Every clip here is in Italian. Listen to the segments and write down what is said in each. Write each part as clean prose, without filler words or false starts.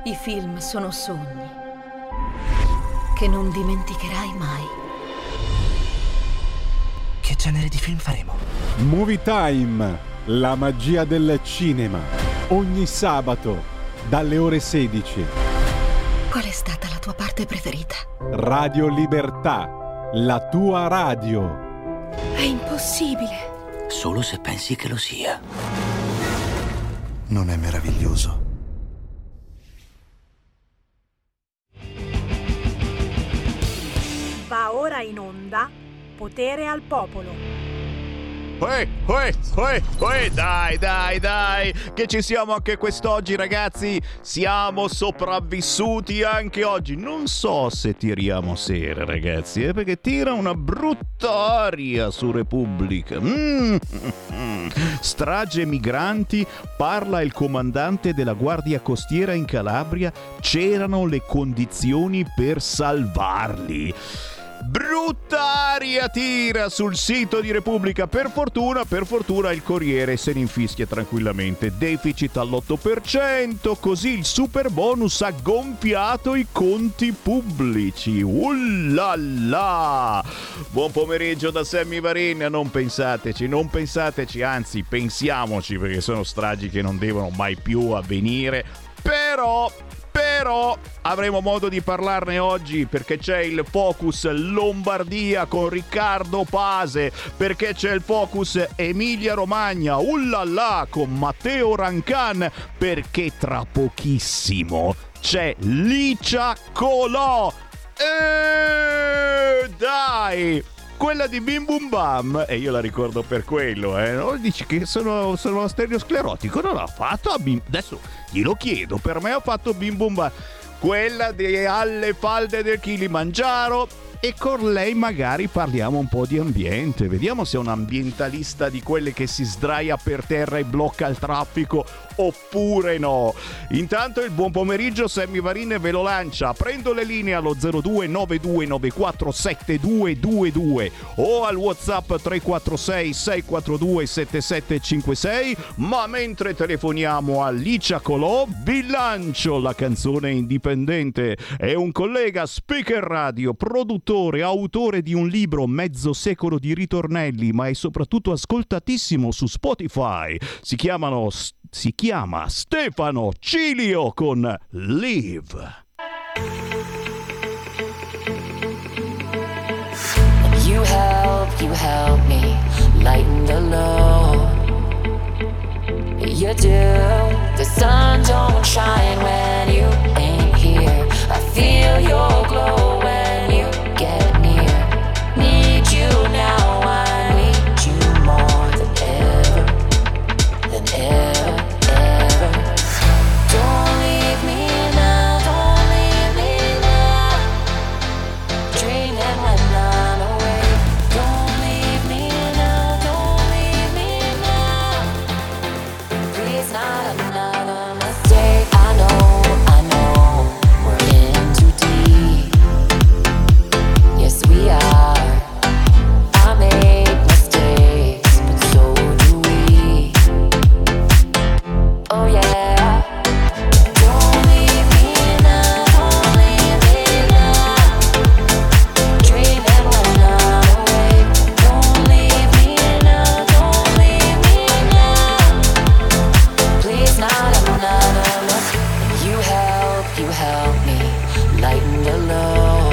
I film sono sogni che non dimenticherai mai. Che genere di film faremo? Movie Time, la magia del cinema. Ogni sabato, dalle ore 16. Qual è stata la tua parte preferita? Radio Libertà, la tua radio. È impossibile. Solo se pensi che lo sia. Non è meraviglioso? Va ora in onda Potere al Popolo. Dai, che ci siamo anche quest'oggi, ragazzi. Siamo sopravvissuti anche oggi. Non so se tiriamo sera, ragazzi, perché tira una brutta aria su Repubblica. Strage migranti, parla il comandante della Guardia Costiera in Calabria. C'erano le condizioni per salvarli. Brutta aria tira sul sito di Repubblica. Per fortuna il Corriere se ne infischia tranquillamente. Deficit all'8%, così il super bonus ha gonfiato i conti pubblici. Ullala! Buon pomeriggio da Sammy Varin. Non pensateci, anzi pensiamoci, perché sono stragi che non devono mai più avvenire. Però avremo modo di parlarne oggi, perché c'è il Focus Lombardia con Riccardo Pase, perché c'è il Focus Emilia Romagna, con Matteo Rancan, perché tra pochissimo c'è Licia Colò. Dai! Quella di Bim Bum Bam, e io la ricordo per quello, no? Dici che sono stereosclerotico, non l'ha fatto a Bim... Adesso glielo chiedo, per me ha fatto Bim Bum Bam. Quella di Alle falde del Kilimangiaro, e con lei magari parliamo un po' di ambiente, vediamo se è un ambientalista di quelle che si sdraia per terra e blocca il traffico oppure no. Intanto il buon pomeriggio Sammy Varin ve lo lancia. Prendo le linee allo 0292947222 o al WhatsApp 346 642 7756, ma mentre telefoniamo a Licia Colò vi lancio la canzone indipendente. È un collega speaker radio, produttore, autore di un libro mezzo secolo di ritornelli, ma è soprattutto ascoltatissimo su Spotify. Si chiama Stefano Cilio con Live. You help me lighten the load. You do. The sun don't shine when you ain't here. I feel your glow when you get near. Need you now, I need you more than ever, than ever, ever. Don't leave me now, don't leave me now. Dreaming when I'm awake. Don't leave me now, don't leave me now. Please, not another mistake. I know, we're in too deep. Yes, we are. I make mistakes, but so do we. Oh yeah. Don't leave me now, don't leave me now. Dreaming when I'm awake. Don't leave me now, don't leave me now. Please, not another mistake. You help me lighten the load.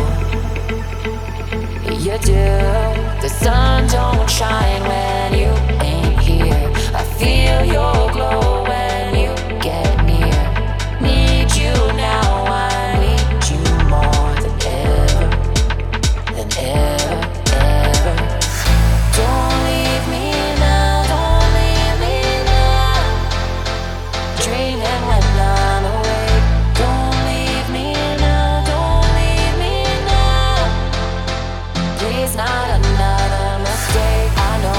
You do. The sun don't shine when you ain't here. I feel your glow when you get near. Need you now, I need you more than ever, than ever, ever. Don't leave me now, don't leave me now. Dreaming when I'm awake. Don't leave me now, don't leave me now. Please, not another mistake. I know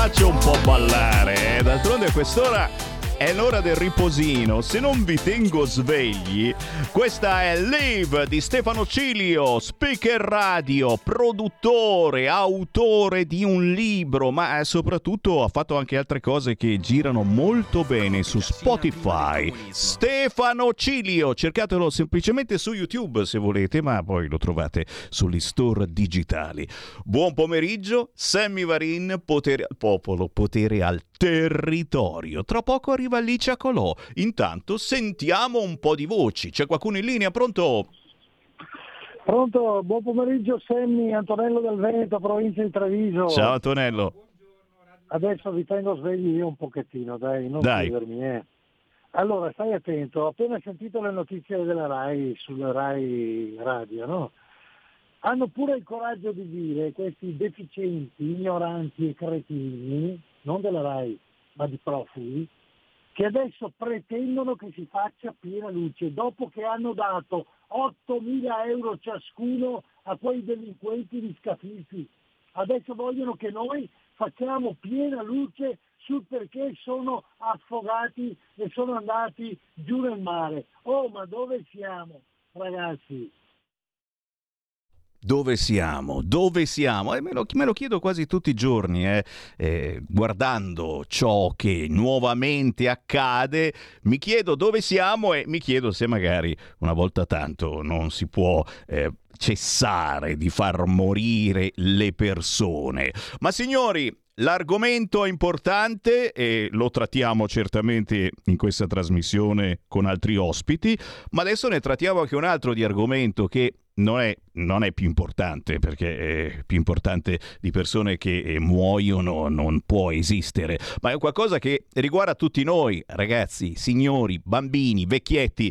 faccio un po' ballare, d'altronde a quest'ora è l'ora del riposino, se non vi tengo svegli. Questa è Live di Stefano Cilio, speaker radio, produttore, autore di un libro, ma soprattutto ha fatto anche altre cose che girano molto bene su Spotify. Stefano Cilio, cercatelo semplicemente su YouTube se volete, ma poi lo trovate sugli store digitali. Buon pomeriggio, Sammy Varin, potere al popolo, potere al territorio. Tra poco arriva Licia Colò. Intanto sentiamo un po' di voci. C'è qualcuno in linea? Pronto? Pronto, buon pomeriggio Sammy, Antonello del Veneto, provincia di Treviso. Ciao Antonello. Adesso vi tengo svegli io un pochettino, non chiudermi. Allora, stai attento, ho appena sentito le notizie della RAI, sulla RAI Radio, no? Hanno pure il coraggio di dire, questi deficienti, ignoranti e cretini, non della RAI, ma di profughi, che adesso pretendono che si faccia piena luce, dopo che hanno dato 8.000 euro ciascuno a quei delinquenti di scafifi. Adesso vogliono che noi facciamo piena luce sul perché sono affogati e sono andati giù nel mare. Oh, ma dove siamo, ragazzi? Dove siamo? Dove siamo? Me lo chiedo quasi tutti i giorni, guardando ciò che nuovamente accade, mi chiedo dove siamo e mi chiedo se magari una volta tanto non si può cessare di far morire le persone. Ma signori, l'argomento è importante e lo trattiamo certamente in questa trasmissione con altri ospiti, ma adesso ne trattiamo anche un altro di argomento che non è più importante, perché è più importante di persone che muoiono non può esistere, ma è qualcosa che riguarda tutti noi, ragazzi, signori, bambini, vecchietti.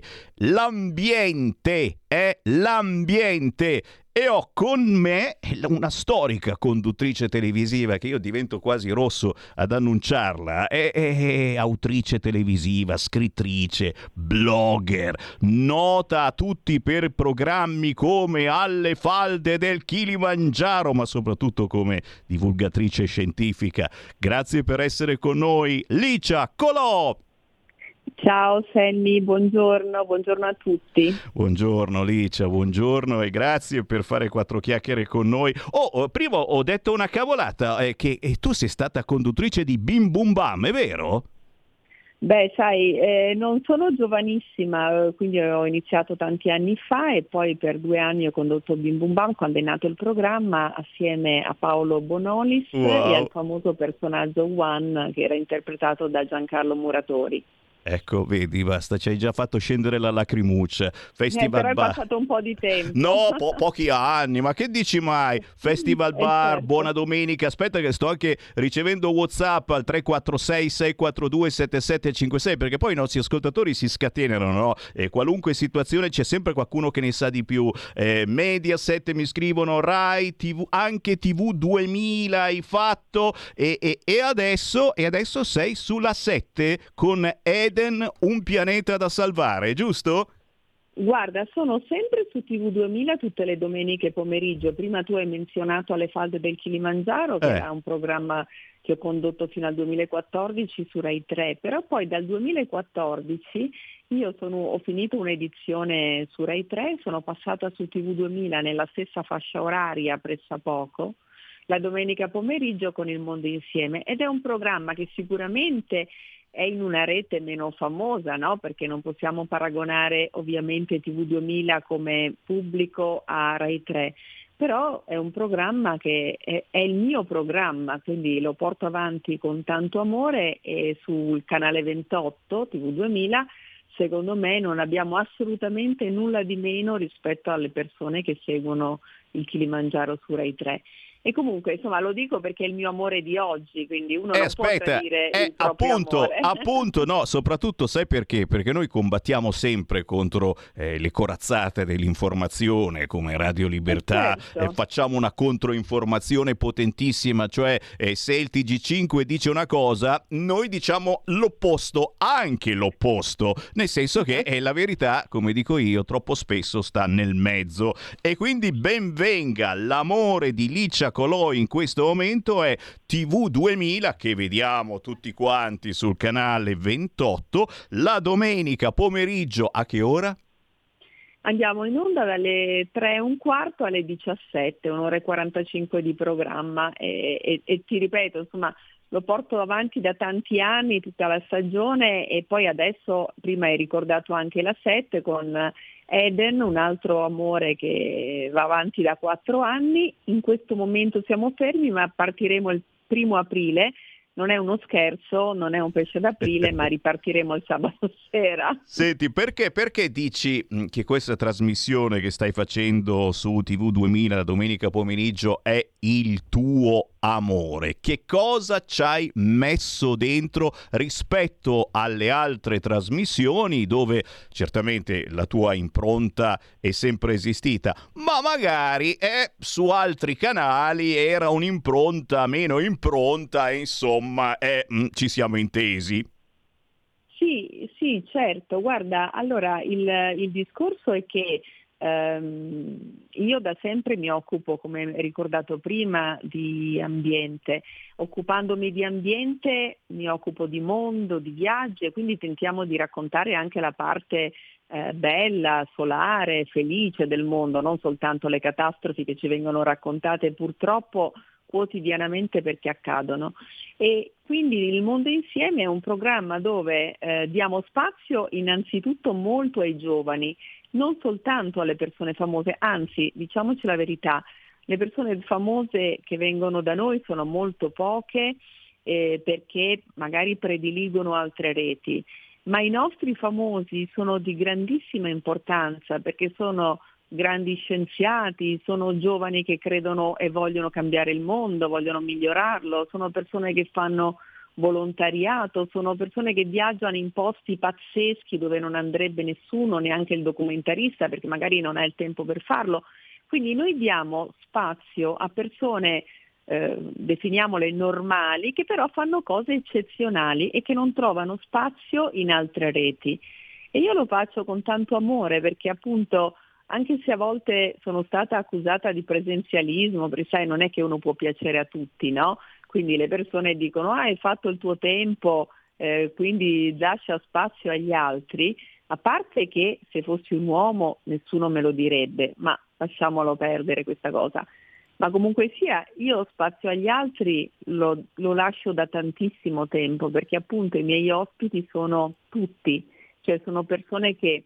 L'ambiente è l'ambiente. E ho con me una storica conduttrice televisiva, che io divento quasi rosso ad annunciarla, è autrice televisiva, scrittrice, blogger, nota a tutti per programmi come Alle falde del Kilimangiaro, ma soprattutto come divulgatrice scientifica. Grazie per essere con noi, Licia Colò! Ciao Sammy, buongiorno a tutti. Buongiorno Licia, buongiorno e grazie per fare 4 chiacchiere con noi. Prima ho detto una cavolata, che tu sei stata conduttrice di Bim Bum Bam, è vero? Beh, sai, non sono giovanissima, quindi ho iniziato tanti anni fa e poi per 2 anni ho condotto Bim Bum Bam quando è nato il programma assieme a Paolo Bonolis e al famoso personaggio Juan che era interpretato da Giancarlo Muratori. Ecco, vedi, basta, ci hai già fatto scendere la lacrimuccia. Festival però è Bar. passato un po' di tempo. No, pochi anni, ma che dici mai? Festival Bar, certo. Buona domenica. Aspetta che sto anche ricevendo WhatsApp al 346 642 7756, perché poi i nostri ascoltatori si scatenano, no? E qualunque situazione c'è sempre qualcuno che ne sa di più. Mediaset mi scrivono, Rai, TV, anche TV 2000 hai fatto e adesso sei sulla 7 con Eden, un pianeta da salvare, giusto? Guarda, sono sempre su TV 2000 tutte le domeniche pomeriggio. Prima tu hai menzionato Alle falde del Kilimangiaro, che era un programma che ho condotto fino al 2014 su Rai 3, però poi dal 2014 io ho finito un'edizione su Rai 3, sono passata su TV 2000 nella stessa fascia oraria pressappoco, la domenica pomeriggio con Il Mondo Insieme, ed è un programma che sicuramente è in una rete meno famosa, no? Perché non possiamo paragonare ovviamente TV 2000 come pubblico a Rai 3, però è un programma che è il mio programma, quindi lo porto avanti con tanto amore e sul canale 28 TV 2000 secondo me non abbiamo assolutamente nulla di meno rispetto alle persone che seguono il Kilimangiaro su Rai 3. E comunque, insomma, lo dico perché è il mio amore di oggi, quindi uno non può tradire il proprio amore. Appunto, no, soprattutto sai perché? Perché noi combattiamo sempre contro le corazzate dell'informazione come Radio Libertà, certo. Facciamo una controinformazione potentissima, cioè se il TG5 dice una cosa, noi diciamo l'opposto, anche l'opposto, nel senso che la verità, come dico io, troppo spesso sta nel mezzo. E quindi ben venga l'amore di Licia Colò in questo momento è TV 2000, che vediamo tutti quanti sul canale 28, la domenica pomeriggio. A che ora? Andiamo in onda dalle 3:15 alle 17, 1 ora e 45 di programma e ti ripeto, insomma, lo porto avanti da tanti anni, tutta la stagione, e poi adesso, prima hai ricordato anche la 7 con Eden, un altro amore che va avanti da 4 anni. In questo momento siamo fermi, ma partiremo il 1° aprile. Non è uno scherzo, non è un pesce d'aprile, ma ripartiremo il sabato sera. Senti, perché dici che questa trasmissione che stai facendo su TV 2000 la domenica pomeriggio è il tuo amore? Che cosa ci hai messo dentro rispetto alle altre trasmissioni dove certamente la tua impronta è sempre esistita, ma magari su altri canali era un'impronta meno impronta e insomma ci siamo intesi? Sì, certo. Guarda, allora il discorso è che io da sempre mi occupo, come ricordato prima, di ambiente. Occupandomi di ambiente mi occupo di mondo, di viaggi, e quindi tentiamo di raccontare anche la parte bella, solare, felice del mondo, non soltanto le catastrofi che ci vengono raccontate purtroppo quotidianamente perché accadono. E quindi Il Mondo Insieme è un programma dove diamo spazio innanzitutto molto ai giovani, non soltanto alle persone famose, anzi, diciamoci la verità, le persone famose che vengono da noi sono molto poche perché magari prediligono altre reti, ma i nostri famosi sono di grandissima importanza perché sono grandi scienziati, sono giovani che credono e vogliono cambiare il mondo, vogliono migliorarlo, sono persone che fanno volontariato, sono persone che viaggiano in posti pazzeschi dove non andrebbe nessuno, neanche il documentarista, perché magari non ha il tempo per farlo. Quindi noi diamo spazio a persone, definiamole normali, che però fanno cose eccezionali e che non trovano spazio in altre reti. E io lo faccio con tanto amore perché appunto, anche se a volte sono stata accusata di presenzialismo, perché sai, non è che uno può piacere a tutti, no? Quindi le persone dicono hai fatto il tuo tempo, quindi lascia spazio agli altri, a parte che se fossi un uomo nessuno me lo direbbe, ma lasciamolo perdere questa cosa. Ma comunque sia, io spazio agli altri lo lascio da tantissimo tempo, perché appunto i miei ospiti sono tutti, cioè sono persone che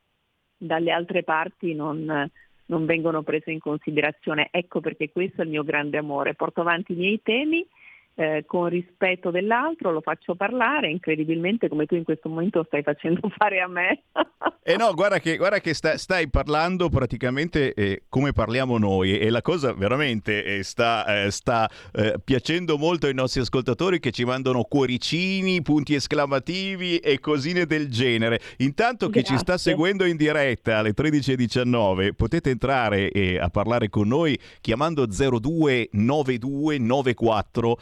dalle altre parti non vengono prese in considerazione. Ecco perché questo è il mio grande amore, porto avanti i miei temi con rispetto dell'altro, lo faccio parlare, incredibilmente come tu in questo momento stai facendo fare a me. No, guarda che stai parlando praticamente come parliamo noi, e la cosa veramente sta piacendo molto ai nostri ascoltatori, che ci mandano cuoricini, punti esclamativi e cosine del genere. Intanto che ci sta seguendo in diretta alle 13:19 potete entrare a parlare con noi chiamando 0292 94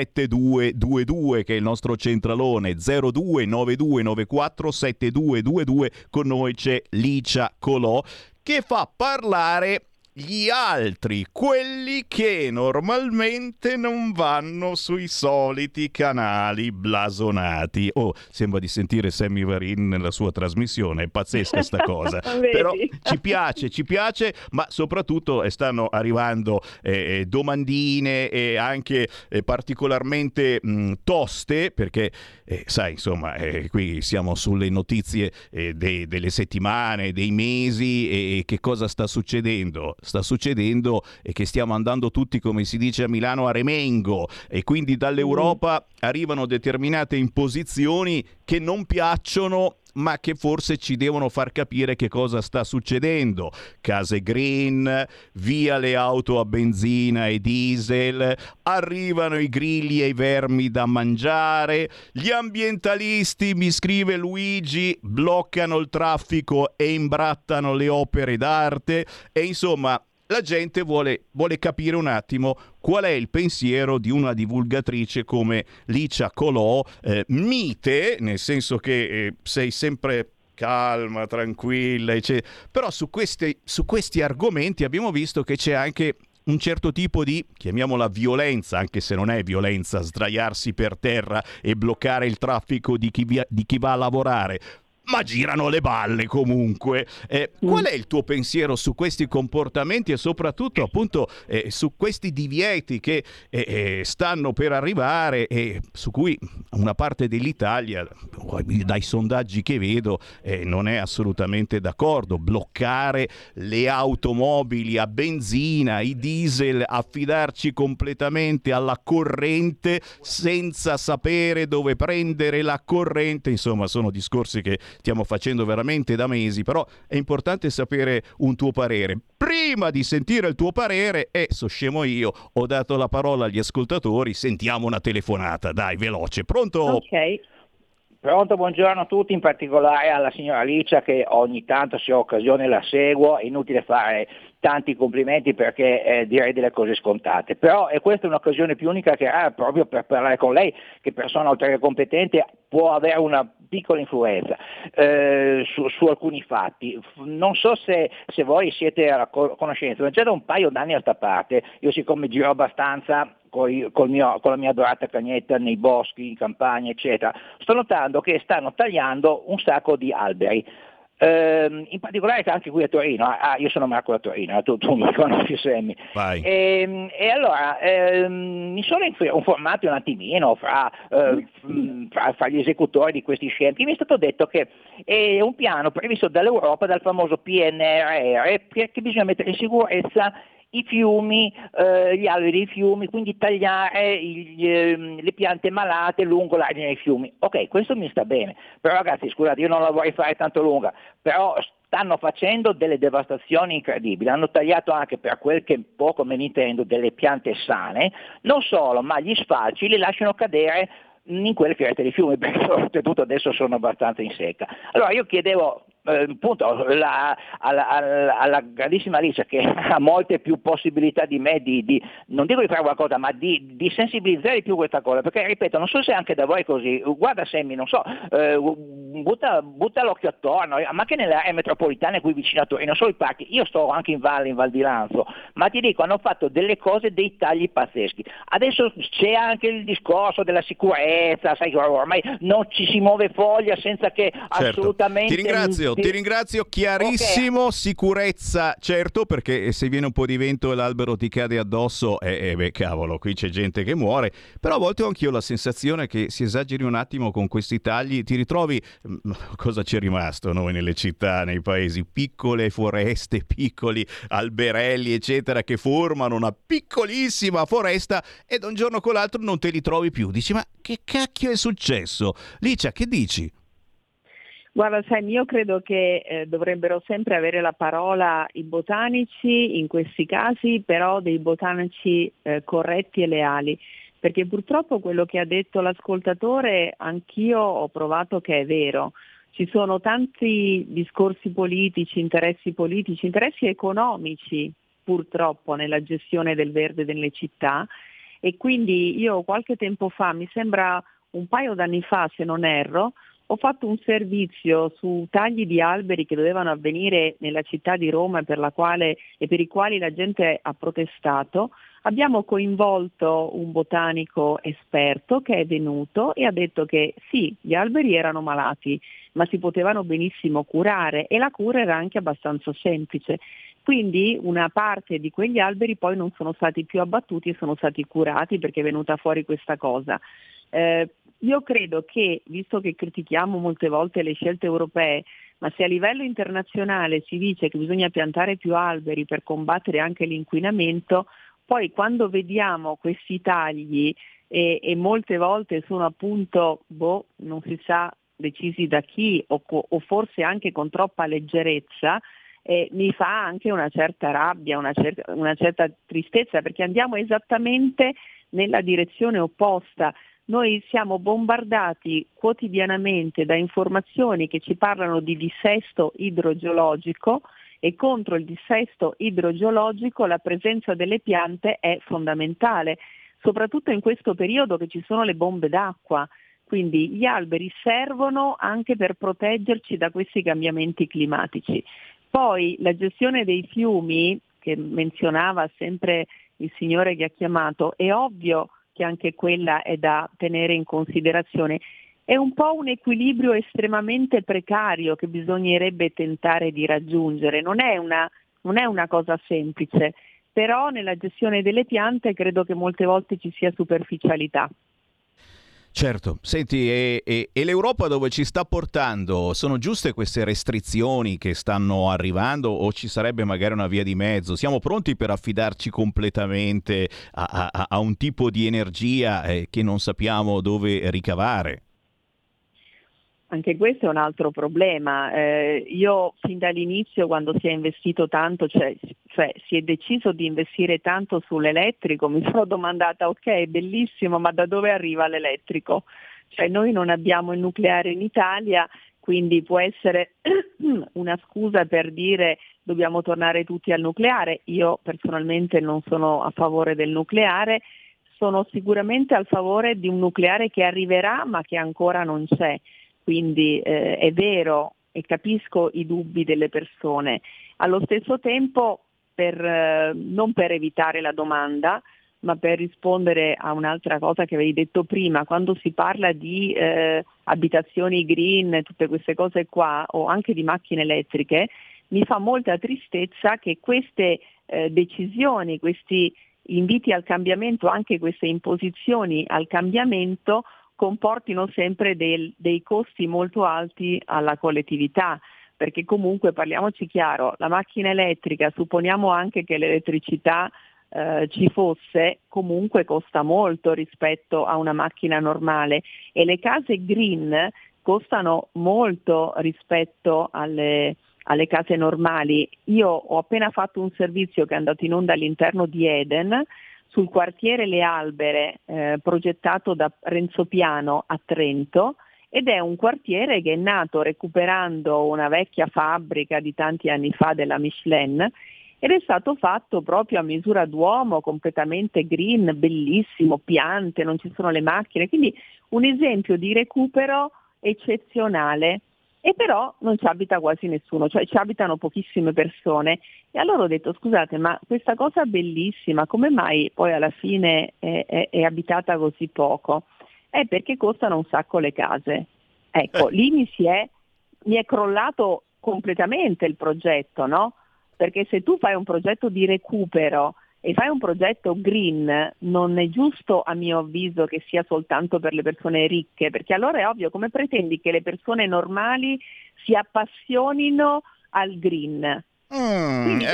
7222, che è il nostro centralone, 0292 94 7222. Con noi c'è Licia Colò, che fa parlare gli altri, quelli che normalmente non vanno sui soliti canali blasonati. Sembra di sentire Sammy Varin nella sua trasmissione, è pazzesca sta cosa. Però ci piace, ma soprattutto stanno arrivando domandine e anche particolarmente toste, perché sai, insomma, qui siamo sulle notizie delle settimane, dei mesi, e che cosa sta succedendo? Sta succedendo che stiamo andando tutti, come si dice a Milano, a remengo, e quindi dall'Europa arrivano determinate imposizioni che non piacciono, ma che forse ci devono far capire che cosa sta succedendo. Case green, via le auto a benzina e diesel, arrivano i grilli e i vermi da mangiare, gli ambientalisti, mi scrive Luigi, bloccano il traffico e imbrattano le opere d'arte, e insomma la gente vuole capire un attimo qual è il pensiero di una divulgatrice come Licia Colò, mite, nel senso che sei sempre calma, tranquilla, eccetera. Però su questi argomenti abbiamo visto che c'è anche un certo tipo di, chiamiamola violenza, anche se non è violenza, sdraiarsi per terra e bloccare il traffico di chi va a lavorare, ma girano le balle comunque. Qual è il tuo pensiero su questi comportamenti e soprattutto appunto su questi divieti che stanno per arrivare e su cui una parte dell'Italia, dai sondaggi che vedo, non è assolutamente d'accordo? Bloccare le automobili a benzina, i diesel, affidarci completamente alla corrente senza sapere dove prendere la corrente, insomma sono discorsi che stiamo facendo veramente da mesi, però è importante sapere un tuo parere. Prima di sentire il tuo parere, so scemo io, ho dato la parola agli ascoltatori, sentiamo una telefonata, dai, veloce. Pronto? Ok. Pronto, buongiorno a tutti, in particolare alla signora Licia che ogni tanto se ho occasione la seguo, è inutile fare tanti complimenti perché direi delle cose scontate, però questa è un'occasione più unica che ha proprio per parlare con lei, che persona oltre che competente può avere una piccola influenza su alcuni fatti. Non so se voi siete a conoscenza, ma già da un paio d'anni a sta parte, io siccome giro abbastanza con la mia adorata cagnetta nei boschi, in campagna, eccetera, sto notando che stanno tagliando un sacco di alberi. In particolare anche qui a Torino, io sono Marco da Torino, tu mi conosci Sammy. E allora mi sono informato un attimino fra gli esecutori di questi scempi. Mi è stato detto che è un piano previsto dall'Europa, dal famoso PNRR, che bisogna mettere in sicurezza i fiumi, gli alberi dei fiumi, quindi tagliare le piante malate lungo l'argine dei fiumi. Ok, questo mi sta bene, però ragazzi scusate, io non la vorrei fare tanto lunga, però stanno facendo delle devastazioni incredibili, hanno tagliato anche, per quel che poco me ne intendo, delle piante sane, non solo, ma gli sfalci li lasciano cadere in quelle fiorette dei fiumi, perché oltretutto adesso sono abbastanza in secca. Allora io chiedevo appunto alla grandissima Alicia, che ha molte più possibilità di me non dico di fare qualcosa, ma di sensibilizzare di più questa cosa, perché ripeto, non so se anche da voi è così. Guarda Sammy, non so, butta l'occhio attorno, ma anche nelle aree metropolitane qui vicino a Torino, non solo i parchi, io sto anche in Val di Lanzo, ma ti dico, hanno fatto delle cose, dei tagli pazzeschi. Adesso c'è anche il discorso della sicurezza, sai, ormai non ci si muove foglia senza che assolutamente... Ti ringrazio, chiarissimo. Okay. Sicurezza, certo, perché se viene un po' di vento e l'albero ti cade addosso, beh cavolo, qui c'è gente che muore, però a volte ho anch'io la sensazione che si esageri un attimo con questi tagli, ti ritrovi, cosa c'è rimasto noi nelle città, nei paesi, piccole foreste, piccoli alberelli eccetera che formano una piccolissima foresta e da un giorno con l'altro non te li trovi più, dici ma che cacchio è successo? Licia, che dici? Guarda, sai, io credo che dovrebbero sempre avere la parola i botanici in questi casi, però dei botanici corretti e leali, perché purtroppo quello che ha detto l'ascoltatore anch'io ho provato che è vero. Ci sono tanti discorsi politici, interessi economici purtroppo nella gestione del verde delle città, e quindi io qualche tempo fa, mi sembra un paio d'anni fa se non erro, ho fatto un servizio su tagli di alberi che dovevano avvenire nella città di Roma e per i quali la gente ha protestato. Abbiamo coinvolto un botanico esperto che è venuto e ha detto che sì, gli alberi erano malati, ma si potevano benissimo curare e la cura era anche abbastanza semplice. Quindi una parte di quegli alberi poi non sono stati più abbattuti e sono stati curati perché è venuta fuori questa cosa. Io credo che, visto che critichiamo molte volte le scelte europee, ma se a livello internazionale si dice che bisogna piantare più alberi per combattere anche l'inquinamento, poi quando vediamo questi tagli e molte volte sono appunto, non si sa decisi da chi o forse anche con troppa leggerezza, mi fa anche una certa rabbia, una certa tristezza, perché andiamo esattamente nella direzione opposta. Noi siamo bombardati quotidianamente da informazioni che ci parlano di dissesto idrogeologico e contro il dissesto idrogeologico la presenza delle piante è fondamentale, soprattutto in questo periodo che ci sono le bombe d'acqua. Quindi gli alberi servono anche per proteggerci da questi cambiamenti climatici. Poi la gestione dei fiumi, che menzionava sempre il signore che ha chiamato, è ovvio che anche quella è da tenere in considerazione. È un po' un equilibrio estremamente precario che bisognerebbe tentare di raggiungere, non è una cosa semplice, però nella gestione delle piante credo che molte volte ci sia superficialità. Certo, senti, e l'Europa dove ci sta portando? Sono giuste queste restrizioni che stanno arrivando o ci sarebbe magari una via di mezzo? Siamo pronti per affidarci completamente a un tipo di energia che non sappiamo dove ricavare? Anche questo è un altro problema. Io fin dall'inizio, quando si è investito tanto, cioè si è deciso di investire tanto sull'elettrico, mi sono domandata, ok, bellissimo, ma da dove arriva l'elettrico? Cioè noi non abbiamo il nucleare in Italia, quindi può essere una scusa per dire dobbiamo tornare tutti al nucleare. Io personalmente non sono a favore del nucleare, sono sicuramente a favore di un nucleare che arriverà ma che ancora non c'è. Quindi è vero e capisco i dubbi delle persone. Allo stesso tempo, non per evitare la domanda, ma per rispondere a un'altra cosa che avevi detto prima, quando si parla di abitazioni green, tutte queste cose qua, o anche di macchine elettriche, mi fa molta tristezza che queste decisioni, questi inviti al cambiamento, anche queste imposizioni al cambiamento, comportino sempre dei costi molto alti alla collettività, perché comunque parliamoci chiaro, la macchina elettrica, supponiamo anche che l'elettricità ci fosse, comunque costa molto rispetto a una macchina normale e le case green costano molto rispetto alle case normali. Io ho appena fatto un servizio che è andato in onda all'interno di Eden, sul quartiere Le Albere, progettato da Renzo Piano a Trento, ed è un quartiere che è nato recuperando una vecchia fabbrica di tanti anni fa della Michelin ed è stato fatto proprio a misura d'uomo, completamente green, bellissimo, piante, non ci sono le macchine, quindi un esempio di recupero eccezionale. E però non ci abita quasi nessuno, cioè ci abitano pochissime persone. E allora ho detto, scusate, ma questa cosa bellissima, come mai poi alla fine è abitata così poco? È perché costano un sacco le case. Ecco, lì mi è crollato completamente il progetto, no? Perché se tu fai un progetto di recupero e fai un progetto green, non è giusto a mio avviso che sia soltanto per le persone ricche, perché allora è ovvio, come pretendi che le persone normali si appassionino al green? Quindi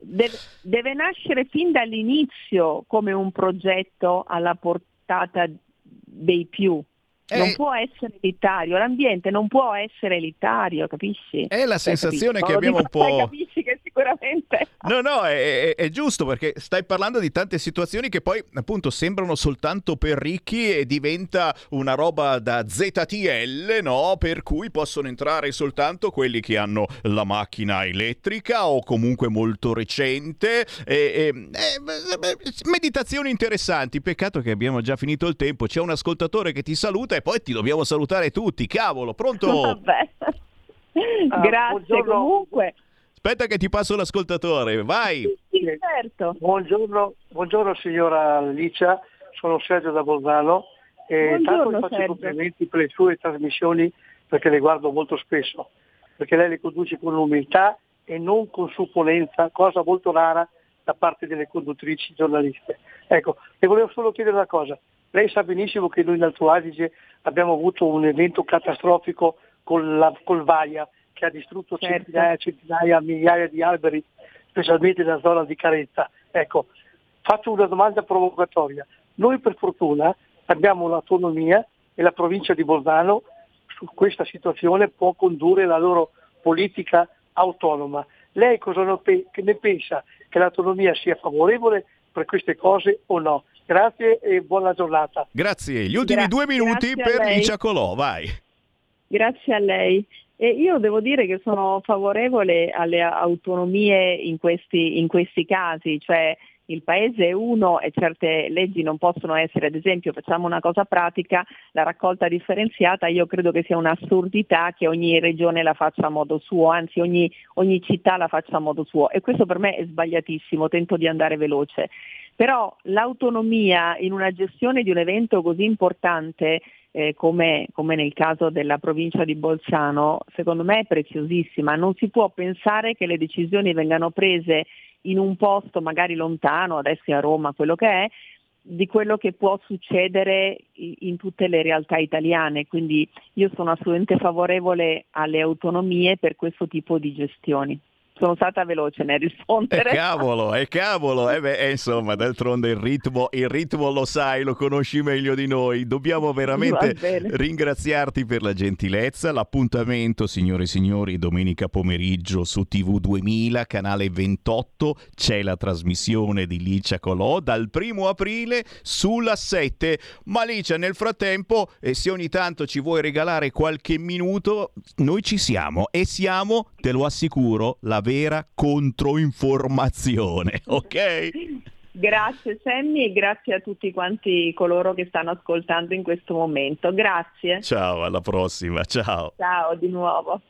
deve nascere fin dall'inizio come un progetto alla portata dei più. Non può essere elitario, l'ambiente non può essere elitario, capisci? È la sensazione che abbiamo un po'... Capisci che sicuramente... No, è giusto, perché stai parlando di tante situazioni che poi appunto sembrano soltanto per ricchi e diventa una roba da ZTL, no? Per cui possono entrare soltanto quelli che hanno la macchina elettrica o comunque molto recente. Meditazioni interessanti, peccato che abbiamo già finito il tempo. C'è un ascoltatore che ti saluta e poi ti dobbiamo salutare tutti, cavolo, pronto? Vabbè. Grazie, buongiorno. Comunque. Aspetta che ti passo l'ascoltatore, vai. Sì, certo. Buongiorno signora Licia, sono Sergio da Bolzano e tanto le faccio Sergio. complimenti per le sue trasmissioni perché le guardo molto spesso, perché lei le conduce con umiltà e non con supponenza, cosa molto rara da parte delle conduttrici giornaliste. Ecco, le volevo solo chiedere una cosa. Lei sa benissimo che noi in Alto Adige abbiamo avuto un evento catastrofico col Vaia che ha distrutto centinaia, migliaia di alberi, specialmente nella zona di Carezza. Ecco, faccio una domanda provocatoria. Noi per fortuna abbiamo l'autonomia e la provincia di Bolzano su questa situazione può condurre la loro politica autonoma. Lei cosa ne pensa? Che l'autonomia sia favorevole per queste cose o no? Grazie e buona giornata. Grazie. Gli ultimi 2 minuti per Licia Colò, vai. Grazie a lei. E io devo dire che sono favorevole alle autonomie in questi casi, cioè il paese è uno e certe leggi non possono essere, ad esempio facciamo una cosa pratica, la raccolta differenziata, io credo che sia un'assurdità che ogni regione la faccia a modo suo, anzi ogni città la faccia a modo suo e questo per me è sbagliatissimo, tento di andare veloce. Però l'autonomia in una gestione di un evento così importante come nel caso della provincia di Bolzano, secondo me è preziosissima. Non si può pensare che le decisioni vengano prese in un posto magari lontano, adesso è a Roma, quello che è, di quello che può succedere in tutte le realtà italiane. Quindi io sono assolutamente favorevole alle autonomie per questo tipo di gestioni. Sono stata veloce nel rispondere. Cavolo. Insomma, d'altronde il ritmo lo sai, lo conosci meglio di noi. Dobbiamo veramente ringraziarti per la gentilezza. L'appuntamento, signore e signori, domenica pomeriggio su TV 2000, canale 28, c'è la trasmissione di Licia Colò dal 1 aprile sulla 7. Ma Licia, nel frattempo, se ogni tanto ci vuoi regalare qualche minuto, noi ci siamo e siamo, te lo assicuro, la vera controinformazione, ok? Grazie Sammy e grazie a tutti quanti coloro che stanno ascoltando in questo momento. Grazie. Ciao, alla prossima, ciao. Ciao di nuovo.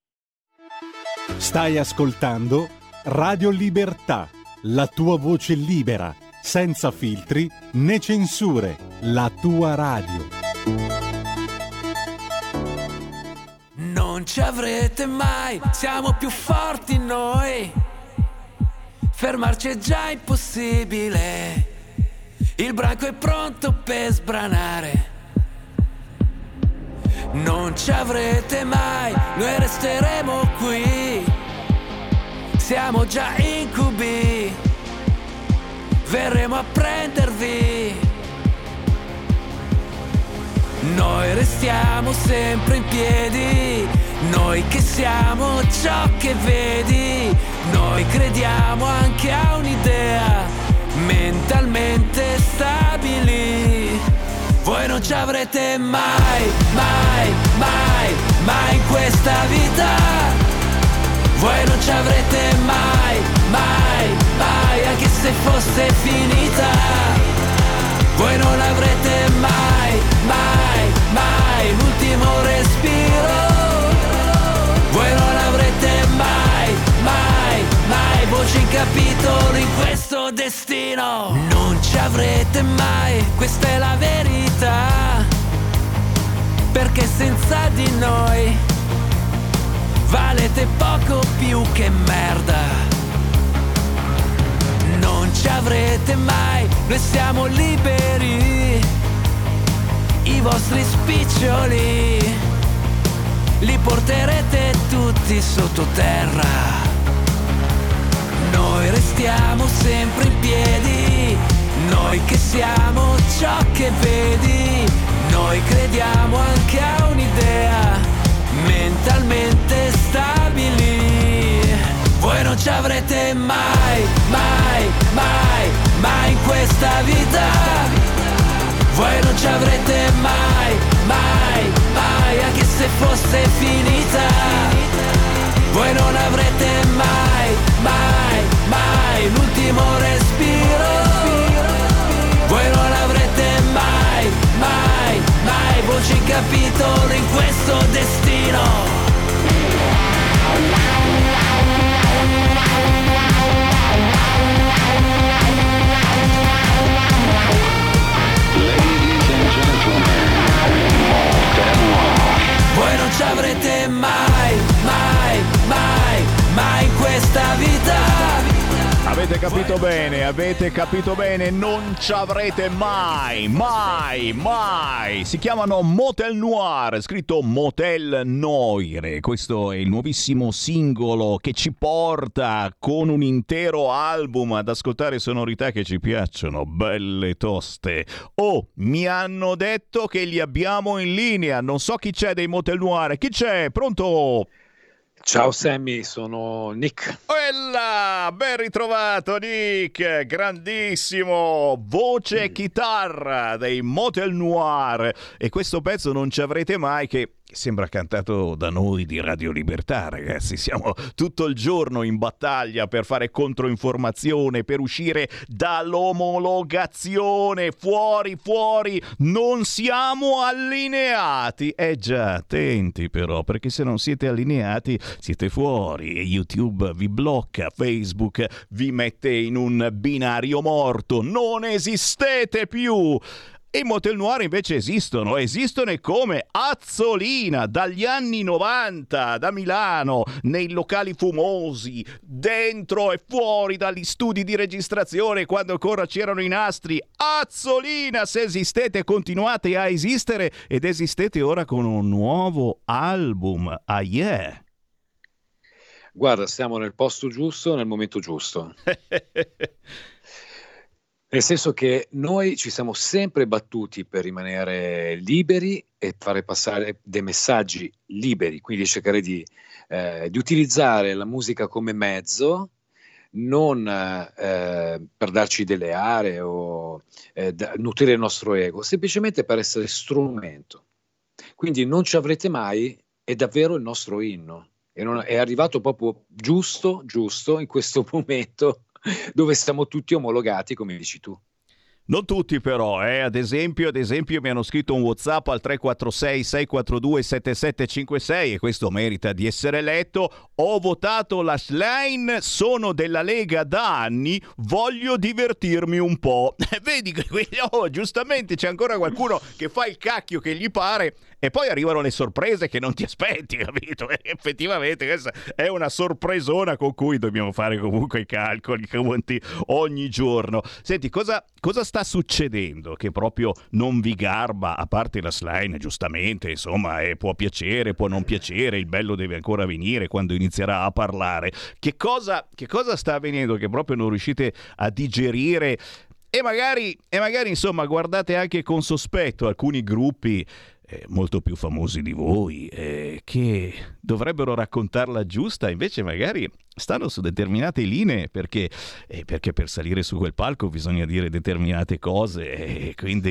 Stai ascoltando Radio Libertà, la tua voce libera, senza filtri né censure, la tua radio. Non ci avrete mai, siamo più forti noi. Fermarci è già impossibile. Il branco è pronto per sbranare. Non ci avrete mai, noi resteremo qui. Siamo già incubi, verremo a prendervi. Noi restiamo sempre in piedi, noi che siamo ciò che vedi. Noi crediamo anche a un'idea, mentalmente stabili. Voi non ci avrete mai, mai, mai, mai in questa vita. Voi non ci avrete mai, mai, mai, anche se fosse finita. Voi non avrete mai, mai, mai l'ultimo respiro. Voi non avrete mai, mai, mai voce in capitolo in questo destino. Non ci avrete mai, questa è la verità. Perché senza di noi valete poco più che merda. Non ci avrete mai, noi siamo liberi. I vostri spiccioli li porterete tutti sottoterra. Noi restiamo sempre in piedi, noi che siamo ciò che vedi. Noi crediamo anche a un'idea, mentalmente stabili. Voi non ci avrete mai, mai, mai, mai in questa vita. Voi non ci avrete mai, mai, mai, anche se fosse finita. Voi non avrete mai, mai, mai l'ultimo respiro. Voi non avrete mai, mai, mai voce in capitolo in questo destino. Voi non ci avrete mai, mai, mai, mai in questa vita. Avete capito bene, non ci avrete mai, mai, mai. Si chiamano Motel Noir, scritto Motel Noire. Questo è il nuovissimo singolo che ci porta con un intero album ad ascoltare sonorità che ci piacciono, belle toste. Oh, mi hanno detto che li abbiamo in linea, non so chi c'è dei Motel Noir. Chi c'è? Pronto? Ciao Sammy, sono Nick. Bella, ben ritrovato Nick, grandissimo, voce e chitarra dei Motel Noir. E questo pezzo non ci avrete mai, che sembra cantato da noi di Radio Libertà, ragazzi. Siamo tutto il giorno in battaglia per fare controinformazione, per uscire dall'omologazione. Fuori, non siamo allineati. Già, attenti però, perché se non siete allineati siete fuori e YouTube vi blocca, Facebook vi mette in un binario morto, non esistete più. E i Motel Noir invece esistono e come Azzolina dagli anni 90 da Milano, nei locali fumosi, dentro e fuori dagli studi di registrazione quando ancora c'erano i nastri. Azzolina, se esistete continuate a esistere ed esistete ora con un nuovo album. Ah yeah! Guarda, siamo nel posto giusto, nel momento giusto. Nel senso che noi ci siamo sempre battuti per rimanere liberi e fare passare dei messaggi liberi, quindi cercare di utilizzare la musica come mezzo, non per darci delle aree o nutrire il nostro ego, semplicemente per essere strumento. Quindi Non ci avrete mai è davvero il nostro inno, è arrivato proprio giusto in questo momento dove siamo tutti omologati, come dici tu. Non tutti però, ad esempio mi hanno scritto un WhatsApp al 346-642-7756 e questo merita di essere letto. Ho votato la Schlein, sono della Lega da anni, voglio divertirmi un po'. Vedi, giustamente c'è ancora qualcuno che fa il cacchio che gli pare e poi arrivano le sorprese che non ti aspetti, capito? Effettivamente questa è una sorpresona con cui dobbiamo fare comunque i calcoli ogni giorno. Senti, cosa sta succedendo che proprio non vi garba, a parte la Schlein, giustamente, insomma, può piacere, può non piacere, il bello deve ancora venire quando inizierà a parlare. Che cosa sta avvenendo che proprio non riuscite a digerire? E magari insomma guardate anche con sospetto alcuni gruppi molto più famosi di voi che dovrebbero raccontarla giusta, invece magari stanno su determinate linee perché per salire su quel palco bisogna dire determinate cose e quindi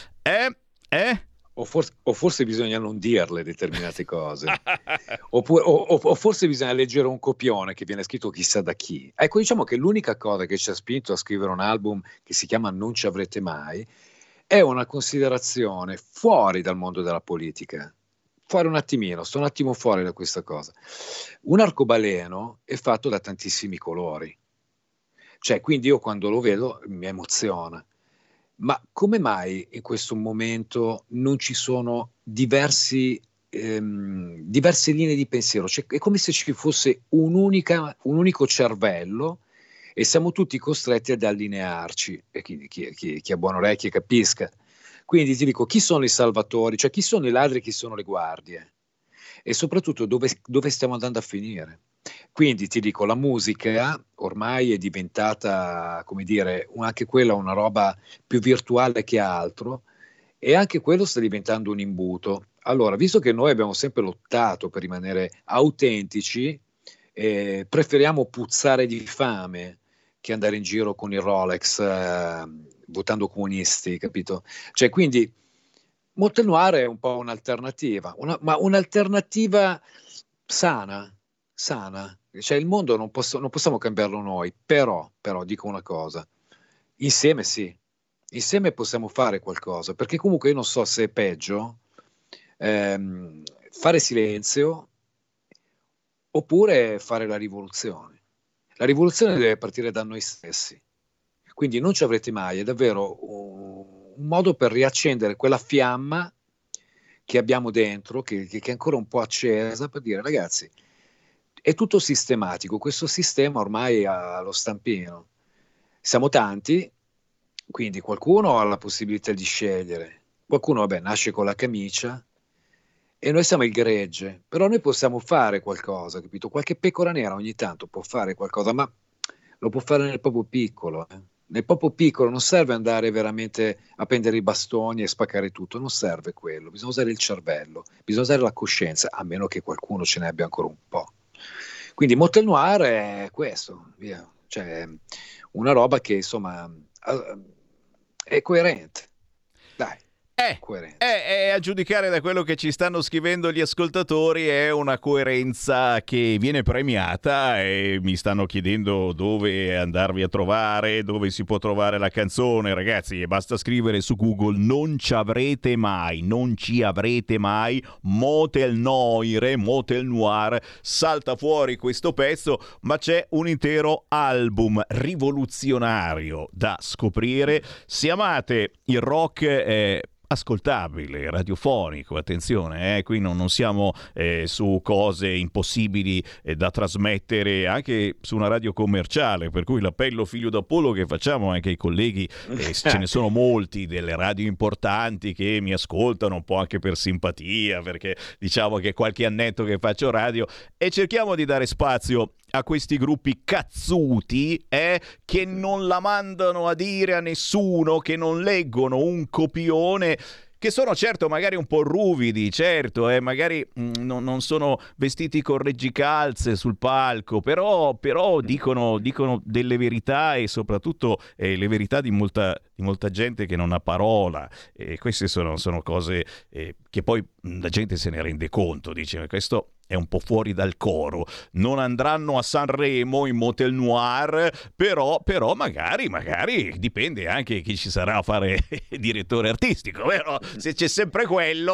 o forse bisogna non dirle determinate cose o forse bisogna leggere un copione che viene scritto chissà da chi. Ecco, diciamo che l'unica cosa che ci ha spinto a scrivere un album che si chiama Non ci avrete mai è una considerazione fuori dal mondo della politica. Sto un attimo fuori da questa cosa. Un arcobaleno è fatto da tantissimi colori. Cioè, quindi io quando lo vedo mi emoziona. Ma come mai in questo momento non ci sono diverse linee di pensiero? Cioè, è come se ci fosse un unico cervello e siamo tutti costretti ad allinearci, e chi ha buone orecchie capisca. Quindi ti dico, chi sono i salvatori, cioè chi sono i ladri, chi sono le guardie? E soprattutto dove stiamo andando a finire? Quindi ti dico, la musica ormai è diventata, come dire, anche quella una roba più virtuale che altro, e anche quello sta diventando un imbuto. Allora, visto che noi abbiamo sempre lottato per rimanere autentici, preferiamo puzzare di fame che andare in giro con il Rolex votando comunisti, capito? Cioè, quindi Motel Noir è un po' un'alternativa, ma un'alternativa sana. Cioè, il mondo non possiamo cambiarlo noi, però dico una cosa, insieme possiamo fare qualcosa, perché comunque io non so se è peggio fare silenzio oppure fare la rivoluzione. La rivoluzione deve partire da noi stessi, quindi Non ci avrete mai è davvero un modo per riaccendere quella fiamma che abbiamo dentro, che è ancora un po' accesa, per dire ragazzi, è tutto sistematico, questo sistema ormai ha lo stampino, siamo tanti, quindi qualcuno ha la possibilità di scegliere, qualcuno nasce con la camicia e noi siamo il gregge, però noi possiamo fare qualcosa, capito? Qualche pecora nera ogni tanto può fare qualcosa, ma lo può fare nel proprio piccolo. Nel proprio piccolo non serve andare veramente a prendere i bastoni e spaccare tutto, non serve quello, bisogna usare il cervello, bisogna usare la coscienza, a meno che qualcuno ce ne abbia ancora un po'. Quindi Motel Noir è questo, via. Cioè una roba che insomma è coerente, dai. A giudicare da quello che ci stanno scrivendo gli ascoltatori è una coerenza che viene premiata, e mi stanno chiedendo dove andarvi a trovare, dove si può trovare la canzone. Ragazzi, basta scrivere su Google non ci avrete mai Motel Noir, salta fuori questo pezzo, ma c'è un intero album rivoluzionario da scoprire. Se amate il rock ascoltabile, radiofonico, attenzione, qui non siamo su cose impossibili da trasmettere anche su una radio commerciale, per cui l'appello figlio d'Apollo che facciamo anche ai colleghi, ce ne sono molti delle radio importanti che mi ascoltano un po' anche per simpatia, perché diciamo che qualche annetto che faccio radio, e cerchiamo di dare spazio a questi gruppi cazzuti che non la mandano a dire a nessuno, che non leggono un copione, che sono certo magari un po' ruvidi, certo, magari non sono vestiti con reggicalze sul palco, però dicono delle verità, e soprattutto le verità di molta gente che non ha parola, e queste sono cose che poi la gente se ne rende conto, dice questo è un po' fuori dal coro. Non andranno a Sanremo in Motel Noir, però magari dipende anche chi ci sarà a fare direttore artistico, vero? Se c'è sempre quello,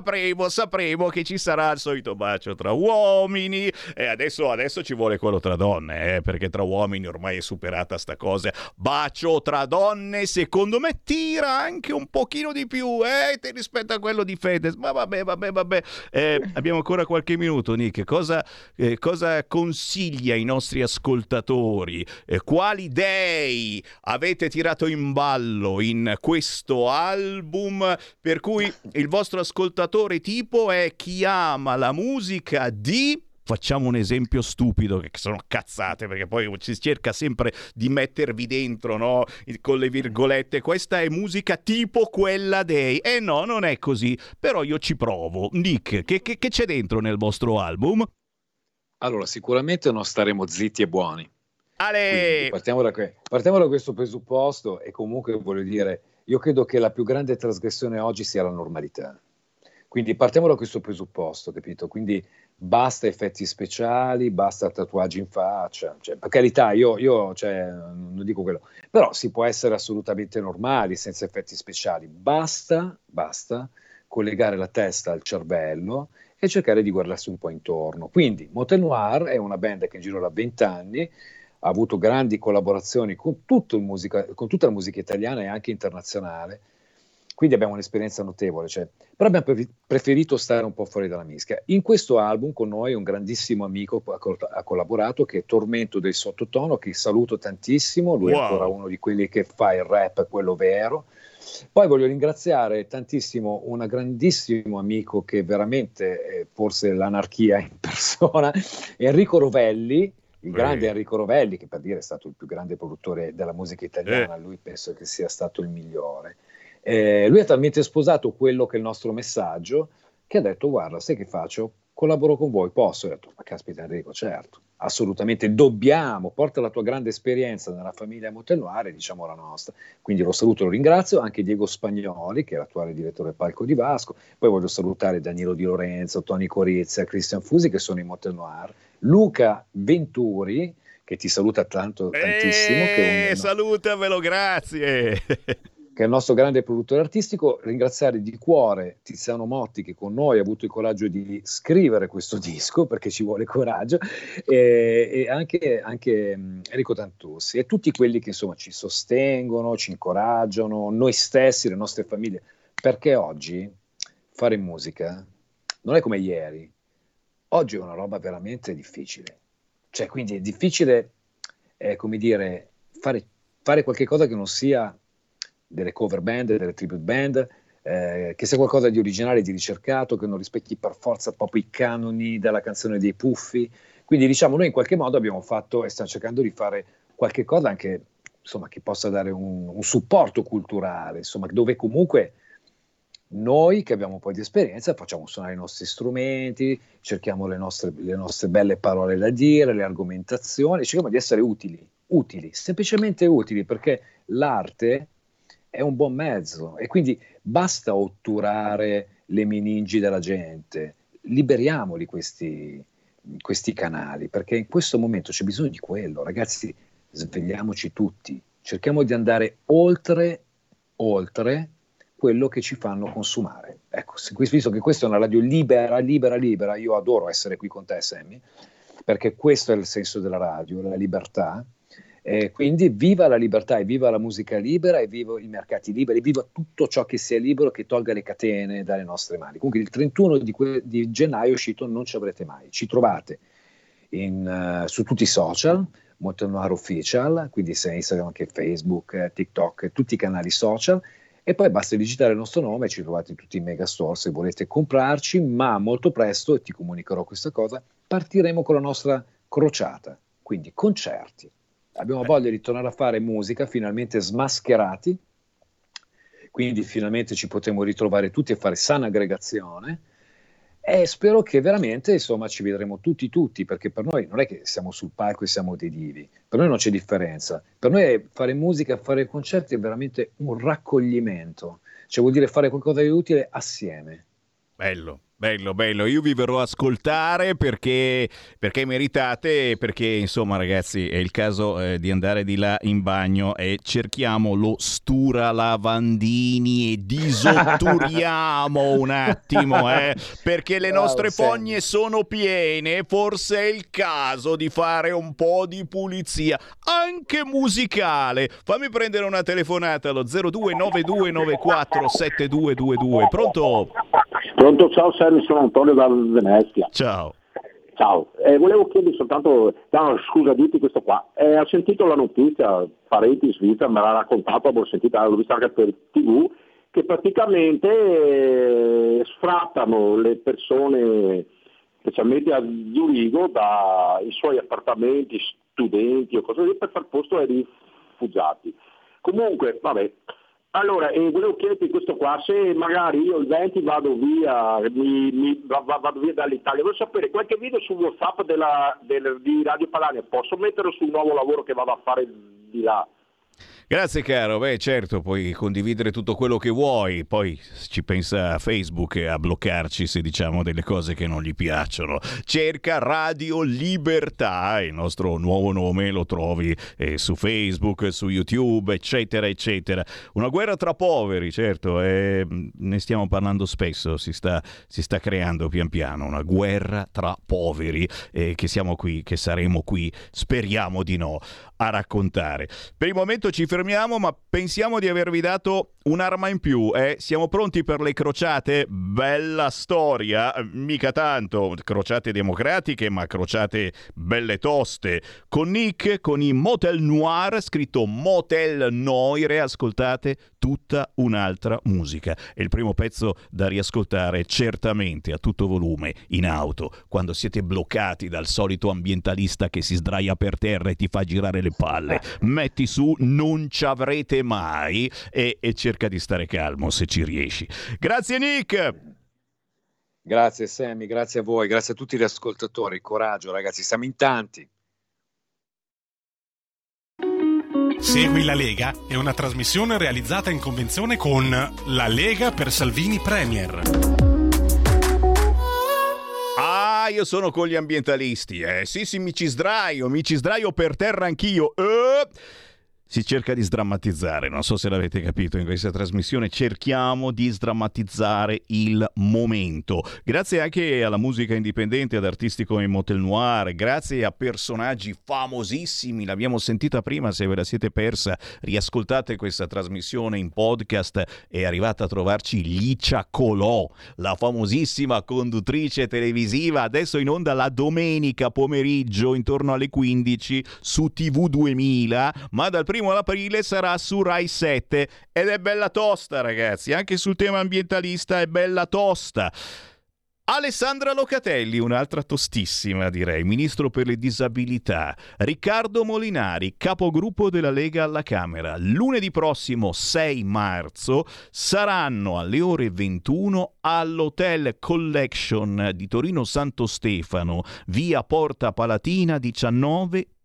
sapremo che ci sarà il solito bacio tra uomini, e adesso ci vuole quello tra donne, perché tra uomini ormai è superata sta cosa. Bacio tra donne, secondo me tira anche un pochino di più rispetto a quello di Fedez, ma vabbè. Abbiamo ancora qualche minuto. Nick, cosa consiglia ai nostri ascoltatori? Quali dei avete tirato in ballo in questo album, per cui il vostro ascoltatore tipo è chi ama la musica di... Facciamo un esempio stupido, che sono cazzate, perché poi si cerca sempre di mettervi dentro, no? Con le virgolette, questa è musica tipo quella dei... No, non è così, però io ci provo. Nick, che c'è dentro nel vostro album? Allora, sicuramente non staremo zitti e buoni. Ale! Partiamo da questo presupposto, e comunque voglio dire, io credo che la più grande trasgressione oggi sia la normalità. Quindi partiamo da questo presupposto, capito? Quindi basta effetti speciali, basta tatuaggi in faccia, per carità, io non dico quello, però si può essere assolutamente normali senza effetti speciali, basta collegare la testa al cervello e cercare di guardarsi un po' intorno. Quindi Motel Noir è una band che in giro da 20 anni ha avuto grandi collaborazioni con tutta la musica italiana e anche internazionale. Quindi abbiamo un'esperienza notevole, però abbiamo preferito stare un po' fuori dalla mischia. In questo album con noi un grandissimo amico ha collaborato, che è Tormento del Sottotono, che saluto tantissimo, lui è ancora uno di quelli che fa il rap, quello vero. Poi voglio ringraziare tantissimo un grandissimo amico che veramente è forse l'anarchia in persona, Enrico Rovelli, il grande Enrico Rovelli, che per dire è stato il più grande produttore della musica italiana, lui penso che sia stato il migliore. Lui ha talmente sposato quello che è il nostro messaggio, che ha detto: guarda, sai che faccio? Collaboro con voi, posso? Ho detto: ma caspita Enrico, certo, assolutamente, dobbiamo, porta la tua grande esperienza nella famiglia Motel Noir e diciamo la nostra. Quindi lo saluto, lo ringrazio, anche Diego Spagnoli, che è l'attuale direttore del Palco di Vasco. Poi voglio salutare Danilo Di Lorenzo, Tony Corizia, Cristian Fusi, che sono in Motel Noir, Luca Venturi, che ti saluta tantissimo, salutamelo, grazie. Che è il nostro grande produttore artistico. Ringraziare di cuore Tiziano Motti, che con noi ha avuto il coraggio di scrivere questo disco, perché ci vuole coraggio, e anche Enrico Tantussi e tutti quelli che insomma ci sostengono, ci incoraggiano, noi stessi, le nostre famiglie, perché oggi fare musica non è come ieri. Oggi è una roba veramente difficile, quindi è difficile come dire, fare qualche cosa che non sia delle cover band, delle tribute band, che sia qualcosa di originale, di ricercato, che non rispecchi per forza proprio i canoni della canzone dei Puffi. Quindi diciamo noi in qualche modo abbiamo fatto e stiamo cercando di fare qualche cosa anche insomma che possa dare un supporto culturale, insomma, dove comunque noi che abbiamo un po' di esperienza facciamo suonare i nostri strumenti, cerchiamo le nostre belle parole da dire, le argomentazioni, cerchiamo di essere utili, semplicemente utili, perché l'arte è un buon mezzo, e quindi basta otturare le meningi della gente, liberiamoli questi canali, perché in questo momento c'è bisogno di quello. Ragazzi, svegliamoci tutti, cerchiamo di andare oltre quello che ci fanno consumare. Ecco, visto che questa è una radio libera, io adoro essere qui con te, Sammy, perché questo è il senso della radio, la libertà. Quindi viva la libertà, e viva la musica libera, e viva i mercati liberi, viva tutto ciò che sia libero, che tolga le catene dalle nostre mani. Comunque il 31 di gennaio è uscito Non ci avrete mai. Ci trovate su tutti i social, Motel Noir Official, quindi sia Instagram che Facebook, TikTok, tutti i canali social, e poi basta digitare il nostro nome e ci trovate in tutti i megastore se volete comprarci. Ma molto presto, e ti comunicherò questa cosa, partiremo con la nostra crociata, quindi concerti. Abbiamo voglia di tornare a fare musica, finalmente smascherati, quindi finalmente ci potremo ritrovare tutti e fare sana aggregazione, e spero che veramente, insomma, ci vedremo tutti, perché per noi non è che siamo sul palco e siamo dei divi, per noi non c'è differenza, per noi fare musica, fare concerti è veramente un raccoglimento, cioè vuol dire fare qualcosa di utile assieme. Bello, io vi verrò a ascoltare perché meritate, perché insomma ragazzi è il caso di andare di là in bagno e cerchiamo lo Stura Lavandini e disotturiamo un attimo, perché le nostre fogne sono piene, forse è il caso di fare un po' di pulizia, anche musicale. Fammi prendere una telefonata allo 0292947222. Pronto, ciao Sammy, sono Antonio da Venezia. Ciao. Volevo chiedere soltanto, scusa, dirti questo qua. Ho sentito la notizia, parenti in Svizzera me l'ha raccontato, l'ho vista anche per TV, che praticamente sfrattano le persone, specialmente a Zurigo, dai suoi appartamenti, studenti o cose così, per far posto ai rifugiati. Comunque, vabbè. Allora, volevo chiederti questo qua, se magari io il 20 vado via dall'Italia, volevo sapere qualche video su WhatsApp di Radio Padania, posso mettere sul nuovo lavoro che vado a fare di là? Grazie caro, certo, puoi condividere tutto quello che vuoi, poi ci pensa Facebook a bloccarci se diciamo delle cose che non gli piacciono. Cerca Radio Libertà, il nostro nuovo nome, lo trovi su Facebook, su YouTube, eccetera, eccetera. Una guerra tra poveri, certo, ne stiamo parlando spesso, si sta creando pian piano una guerra tra poveri, che siamo qui, che saremo qui, speriamo di no, a raccontare. Per il momento ci fermiamo, ma pensiamo di avervi dato un'arma in più, Siamo pronti per le crociate? Bella storia, mica tanto crociate democratiche, ma crociate belle toste. Con Nick, con i Motel Noir, scritto Motel Noire, ascoltate tutta un'altra musica. È il primo pezzo da riascoltare certamente a tutto volume in auto, quando siete bloccati dal solito ambientalista che si sdraia per terra e ti fa girare le palle. Metti su Non ci avrete mai e cerca di stare calmo se ci riesci. Grazie Nick. Grazie Sammy, grazie a voi, grazie a tutti gli ascoltatori. Coraggio ragazzi, siamo in tanti. Segui la Lega è una trasmissione realizzata in convenzione con La Lega per Salvini Premier. Io sono con gli ambientalisti, Sì, mi ci sdraio per terra anch'io. Si cerca di sdrammatizzare, non so se l'avete capito, in questa trasmissione cerchiamo di sdrammatizzare il momento, grazie anche alla musica indipendente, ad artisti come Motel Noir, grazie a personaggi famosissimi, l'abbiamo sentita prima, se ve la siete persa riascoltate questa trasmissione in podcast, è arrivata a trovarci Licia Colò, la famosissima conduttrice televisiva, adesso in onda la domenica pomeriggio intorno alle 15 su TV 2000, ma dal 1° aprile sarà su Rai 7 ed è bella tosta ragazzi, anche sul tema ambientalista è bella tosta. Alessandra Locatelli, un'altra tostissima direi, ministro per le disabilità. Riccardo Molinari, capogruppo della Lega alla Camera. Lunedì prossimo 6 marzo saranno alle ore 21 all'Hotel Collection di Torino Santo Stefano, via Porta Palatina 19,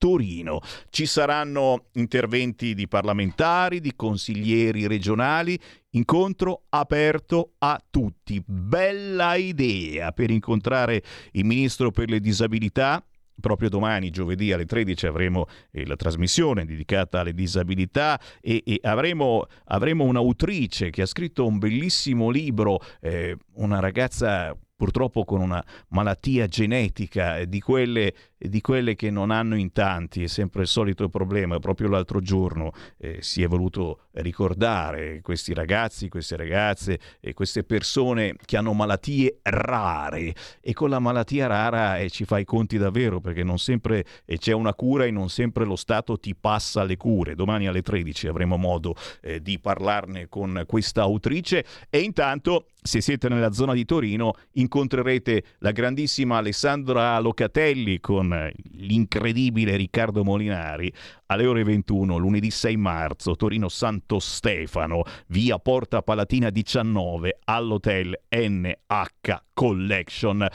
Torino. Ci saranno interventi di parlamentari, di consiglieri regionali, incontro aperto a tutti. Bella idea per incontrare il ministro per le disabilità. Proprio domani, giovedì alle 13, avremo la trasmissione dedicata alle disabilità e avremo un'autrice che ha scritto un bellissimo libro, una ragazza purtroppo con una malattia genetica di quelle che non hanno in tanti. È sempre il solito problema. Proprio l'altro giorno si è voluto ricordare questi ragazzi, queste ragazze e queste persone che hanno malattie rare, e con la malattia rara ci fai i conti davvero, perché non sempre c'è una cura e non sempre lo Stato ti passa le cure. Domani alle 13 avremo modo di parlarne con questa autrice, e intanto, se siete nella zona di Torino, incontrerete la grandissima Alessandra Locatelli con l'incredibile Riccardo Molinari alle ore 21, lunedì 6 marzo, Torino Santo Stefano, via Porta Palatina 19, all'hotel NH Collection.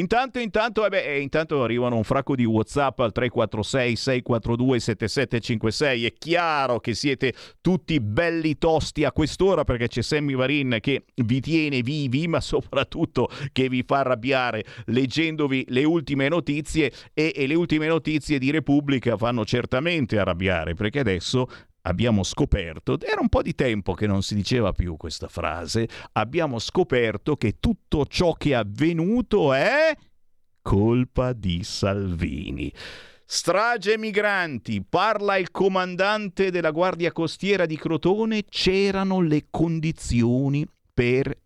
Intanto arrivano un fracco di WhatsApp al 346 642 7756. È chiaro che siete tutti belli tosti a quest'ora, perché c'è Sammy Varin che vi tiene vivi, ma soprattutto che vi fa arrabbiare leggendovi le ultime notizie, e le ultime notizie di Repubblica fanno certamente arrabbiare, perché adesso abbiamo scoperto, era un po' di tempo che non si diceva più questa frase, abbiamo scoperto che tutto ciò che è avvenuto è colpa di Salvini. Strage migranti, parla il comandante della Guardia Costiera di Crotone, c'erano le condizioni per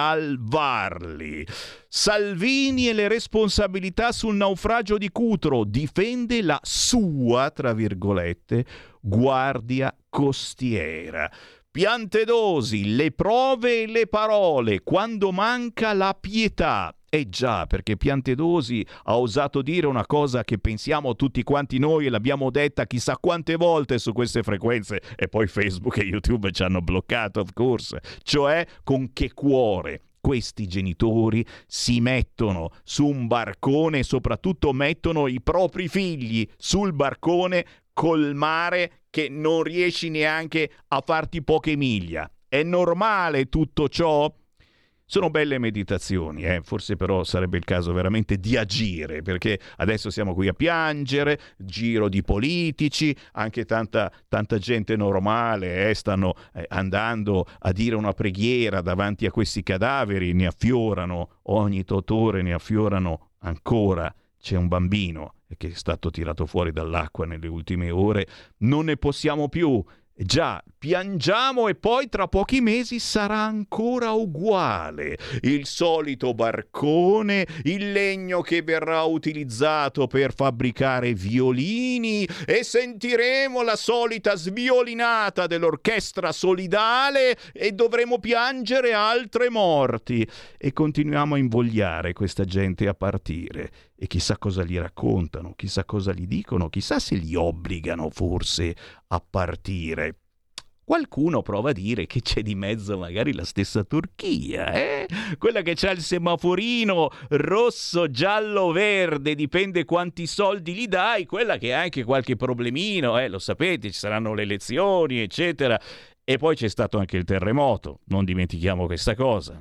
salvarli. Salvini e le responsabilità sul naufragio di Cutro, difende la sua, tra virgolette, Guardia Costiera. Piantedosi, le prove e le parole, quando manca la pietà. Già, perché Piantedosi ha osato dire una cosa che pensiamo tutti quanti noi e l'abbiamo detta chissà quante volte su queste frequenze, e poi Facebook e YouTube ci hanno bloccato, of course, cioè con che cuore questi genitori si mettono su un barcone e soprattutto mettono i propri figli sul barcone col mare che non riesci neanche a farti poche miglia. È normale tutto ciò? Sono belle meditazioni, forse però sarebbe il caso veramente di agire, perché adesso siamo qui a piangere, giro di politici, anche tanta gente normale stanno andando a dire una preghiera davanti a questi cadaveri, ne affiorano, ogni totore ne affiorano ancora. C'è un bambino che è stato tirato fuori dall'acqua nelle ultime ore, non ne possiamo più. Già, piangiamo e poi tra pochi mesi sarà ancora uguale. Il solito barcone, il legno che verrà utilizzato per fabbricare violini, e sentiremo la solita sviolinata dell'orchestra solidale e dovremo piangere altre morti. E continuiamo a invogliare questa gente a partire. E chissà cosa gli raccontano, chissà cosa gli dicono, chissà se li obbligano forse a partire. Qualcuno prova a dire che c'è di mezzo magari la stessa Turchia, quella che c'ha il semaforino rosso, giallo, verde, dipende quanti soldi gli dai, quella che ha anche qualche problemino, lo sapete, ci saranno le elezioni, eccetera. E poi c'è stato anche il terremoto, non dimentichiamo questa cosa,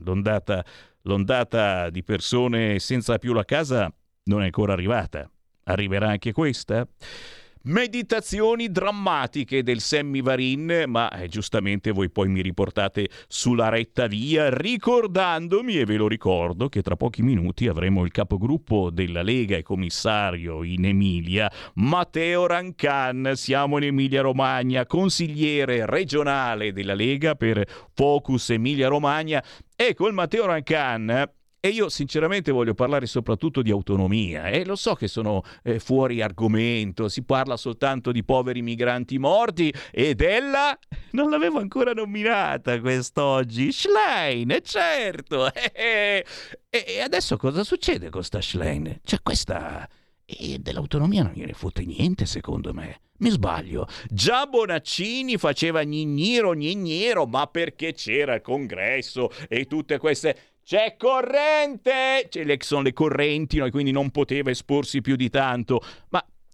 l'ondata di persone senza più la casa non è ancora arrivata. Arriverà anche questa? Meditazioni drammatiche del Sammy Varin, ma giustamente voi poi mi riportate sulla retta via ricordandomi, e ve lo ricordo, che tra pochi minuti avremo il capogruppo della Lega e commissario in Emilia, Matteo Rancan. Siamo in Emilia Romagna, consigliere regionale della Lega per Focus Emilia Romagna, e col Matteo Rancan. E io sinceramente voglio parlare soprattutto di autonomia, e lo so che sono fuori argomento, si parla soltanto di poveri migranti morti, ed ella non l'avevo ancora nominata quest'oggi, Schlein, certo. E adesso cosa succede con sta Schlein? Cioè questa dell'autonomia non gliene fotte niente, secondo me. Mi sbaglio? Già Bonaccini faceva gnignero, ma perché c'era il congresso e tutte queste... C'è corrente! Sono le correnti, no? E quindi non poteva esporsi più di tanto. Ma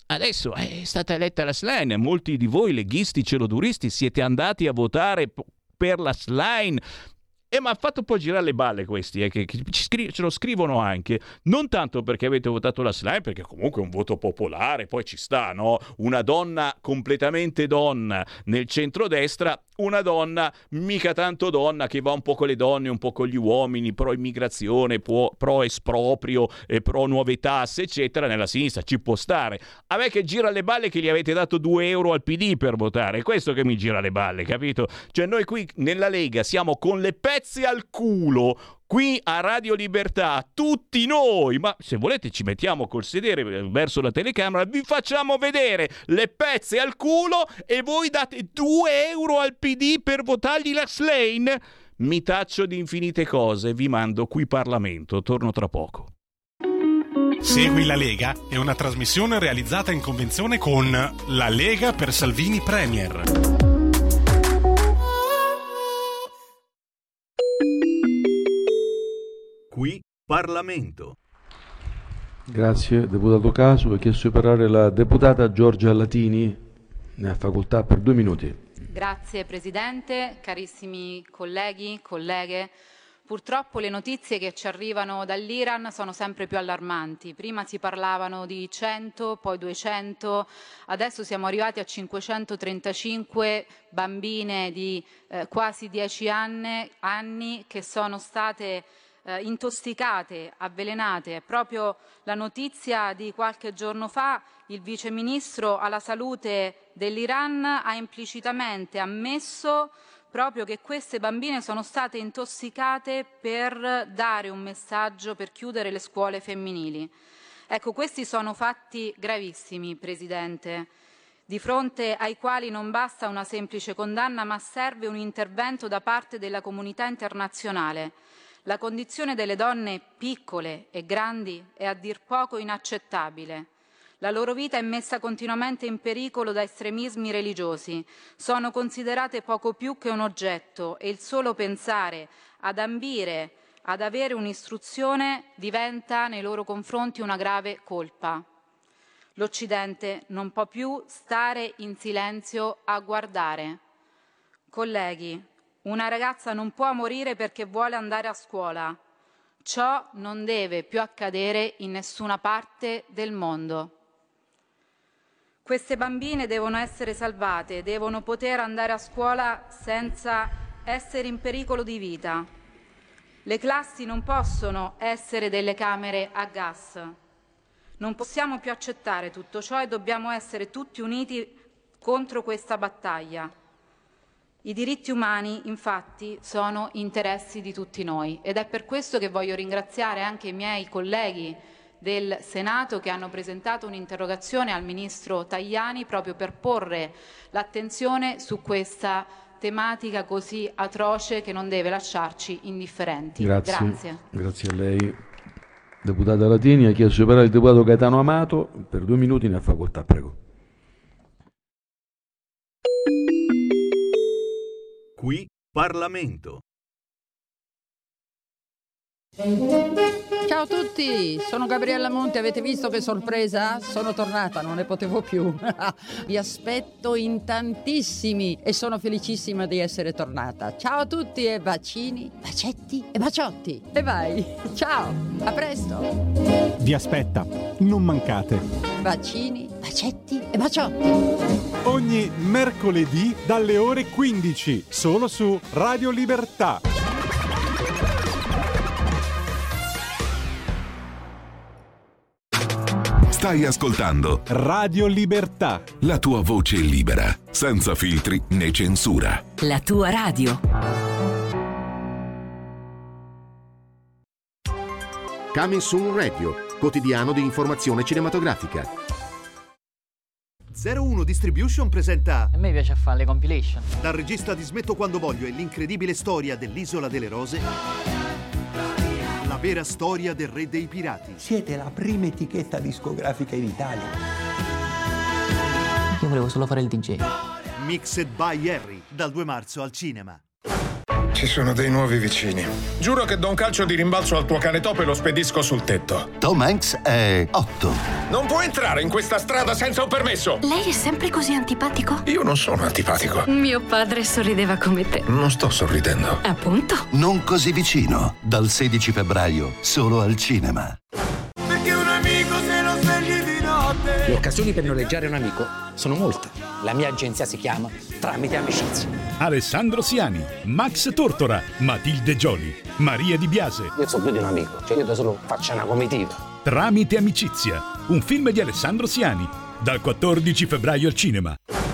adesso è stata eletta la Schlein, molti di voi leghisti celoduristi siete andati a votare per la Schlein. Mi ha fatto un po' girare le balle questi, che ce lo scrivono anche, non tanto perché avete votato la Schlein, perché comunque è un voto popolare, poi ci sta, no? Una donna completamente donna nel centrodestra, una donna mica tanto donna, che va un po' con le donne, un po' con gli uomini, pro immigrazione, pro esproprio, pro nuove tasse, eccetera, nella sinistra ci può stare. A me che gira le balle che gli avete dato 2 euro al PD per votare, è questo che mi gira le balle, capito? Cioè noi qui nella Lega siamo con le pezzi al culo, qui a Radio Libertà, tutti noi, ma se volete ci mettiamo col sedere verso la telecamera, vi facciamo vedere le pezze al culo e voi date 2 euro al PD per votargli la Schlein? Mi taccio di infinite cose, vi mando qui Parlamento, torno tra poco. Segui la Lega è una trasmissione realizzata in convenzione con La Lega per Salvini Premier. Qui Parlamento. Grazie, deputato Casu. Ho chiesto di parlare la deputata Giorgia Latini. Ne ha facoltà per 2 minuti. Grazie Presidente, carissimi colleghi, colleghe. Purtroppo le notizie che ci arrivano dall'Iran sono sempre più allarmanti. Prima si parlavano di 100, poi 200, adesso siamo arrivati a 535 bambine di quasi 10 anni che sono state intossicate, avvelenate. È proprio la notizia di qualche giorno fa, il vice ministro alla salute dell'Iran ha implicitamente ammesso proprio che queste bambine sono state intossicate per dare un messaggio, per chiudere le scuole femminili. Ecco, questi sono fatti gravissimi, Presidente, di fronte ai quali non basta una semplice condanna, ma serve un intervento da parte della comunità internazionale. La condizione delle donne piccole e grandi è a dir poco inaccettabile. La loro vita è messa continuamente in pericolo da estremismi religiosi. Sono considerate poco più che un oggetto e il solo pensare ad ambire ad avere un'istruzione diventa nei loro confronti una grave colpa. L'Occidente non può più stare in silenzio a guardare. Colleghi, una ragazza non può morire perché vuole andare a scuola. Ciò non deve più accadere in nessuna parte del mondo. Queste bambine devono essere salvate, devono poter andare a scuola senza essere in pericolo di vita. Le classi non possono essere delle camere a gas. Non possiamo più accettare tutto ciò e dobbiamo essere tutti uniti contro questa battaglia. I diritti umani, infatti, sono interessi di tutti noi ed è per questo che voglio ringraziare anche i miei colleghi del Senato che hanno presentato un'interrogazione al Ministro Tajani proprio per porre l'attenzione su questa tematica così atroce che non deve lasciarci indifferenti. Grazie a lei. Deputata Latini, ha chiesto di parlare il deputato Gaetano Amato. Per 2 minuti ne ha facoltà, prego. Qui Parlamento. Ciao a tutti, sono Gabriella Monti, avete visto che sorpresa? Sono tornata, non ne potevo più. Vi aspetto in tantissimi e sono felicissima di essere tornata. Ciao a tutti e bacini, bacetti e baciotti. E vai, ciao, a presto. Vi aspetta, non mancate. Bacini, bacetti e baciotti. Ogni mercoledì dalle ore 15, solo su Radio Libertà. Stai ascoltando Radio Libertà, la tua voce libera, senza filtri né censura. La tua radio. Coming Soon Radio, quotidiano di informazione cinematografica. 01 Distribution presenta. A me piace fare le compilation. Dal regista di Smetto quando voglio e l'incredibile storia dell'Isola delle Rose. La vera storia del re dei pirati. Siete la prima etichetta discografica in Italia. Io volevo solo fare il DJ. Mixed by Harry, dal 2 marzo al cinema. Ci sono dei nuovi vicini. Giuro che do un calcio di rimbalzo al tuo cane Top e lo spedisco sul tetto. Tom Hanks è 8. Non può entrare in questa strada senza un permesso. Lei è sempre così antipatico? Io non sono antipatico. Mio padre sorrideva come te. Non sto sorridendo. Appunto. Non così vicino. Dal 16 febbraio, solo al cinema. Perché un amico se lo svegli di notte. Le occasioni per noleggiare un amico sono molte. La mia agenzia si chiama Tramite Amicizia. Alessandro Siani, Max Tortora, Matilde Gioli, Maria Di Biase. Io sono più di un amico, cioè io da solo faccio una comitiva. Tramite Amicizia, un film di Alessandro Siani, dal 14 febbraio al cinema.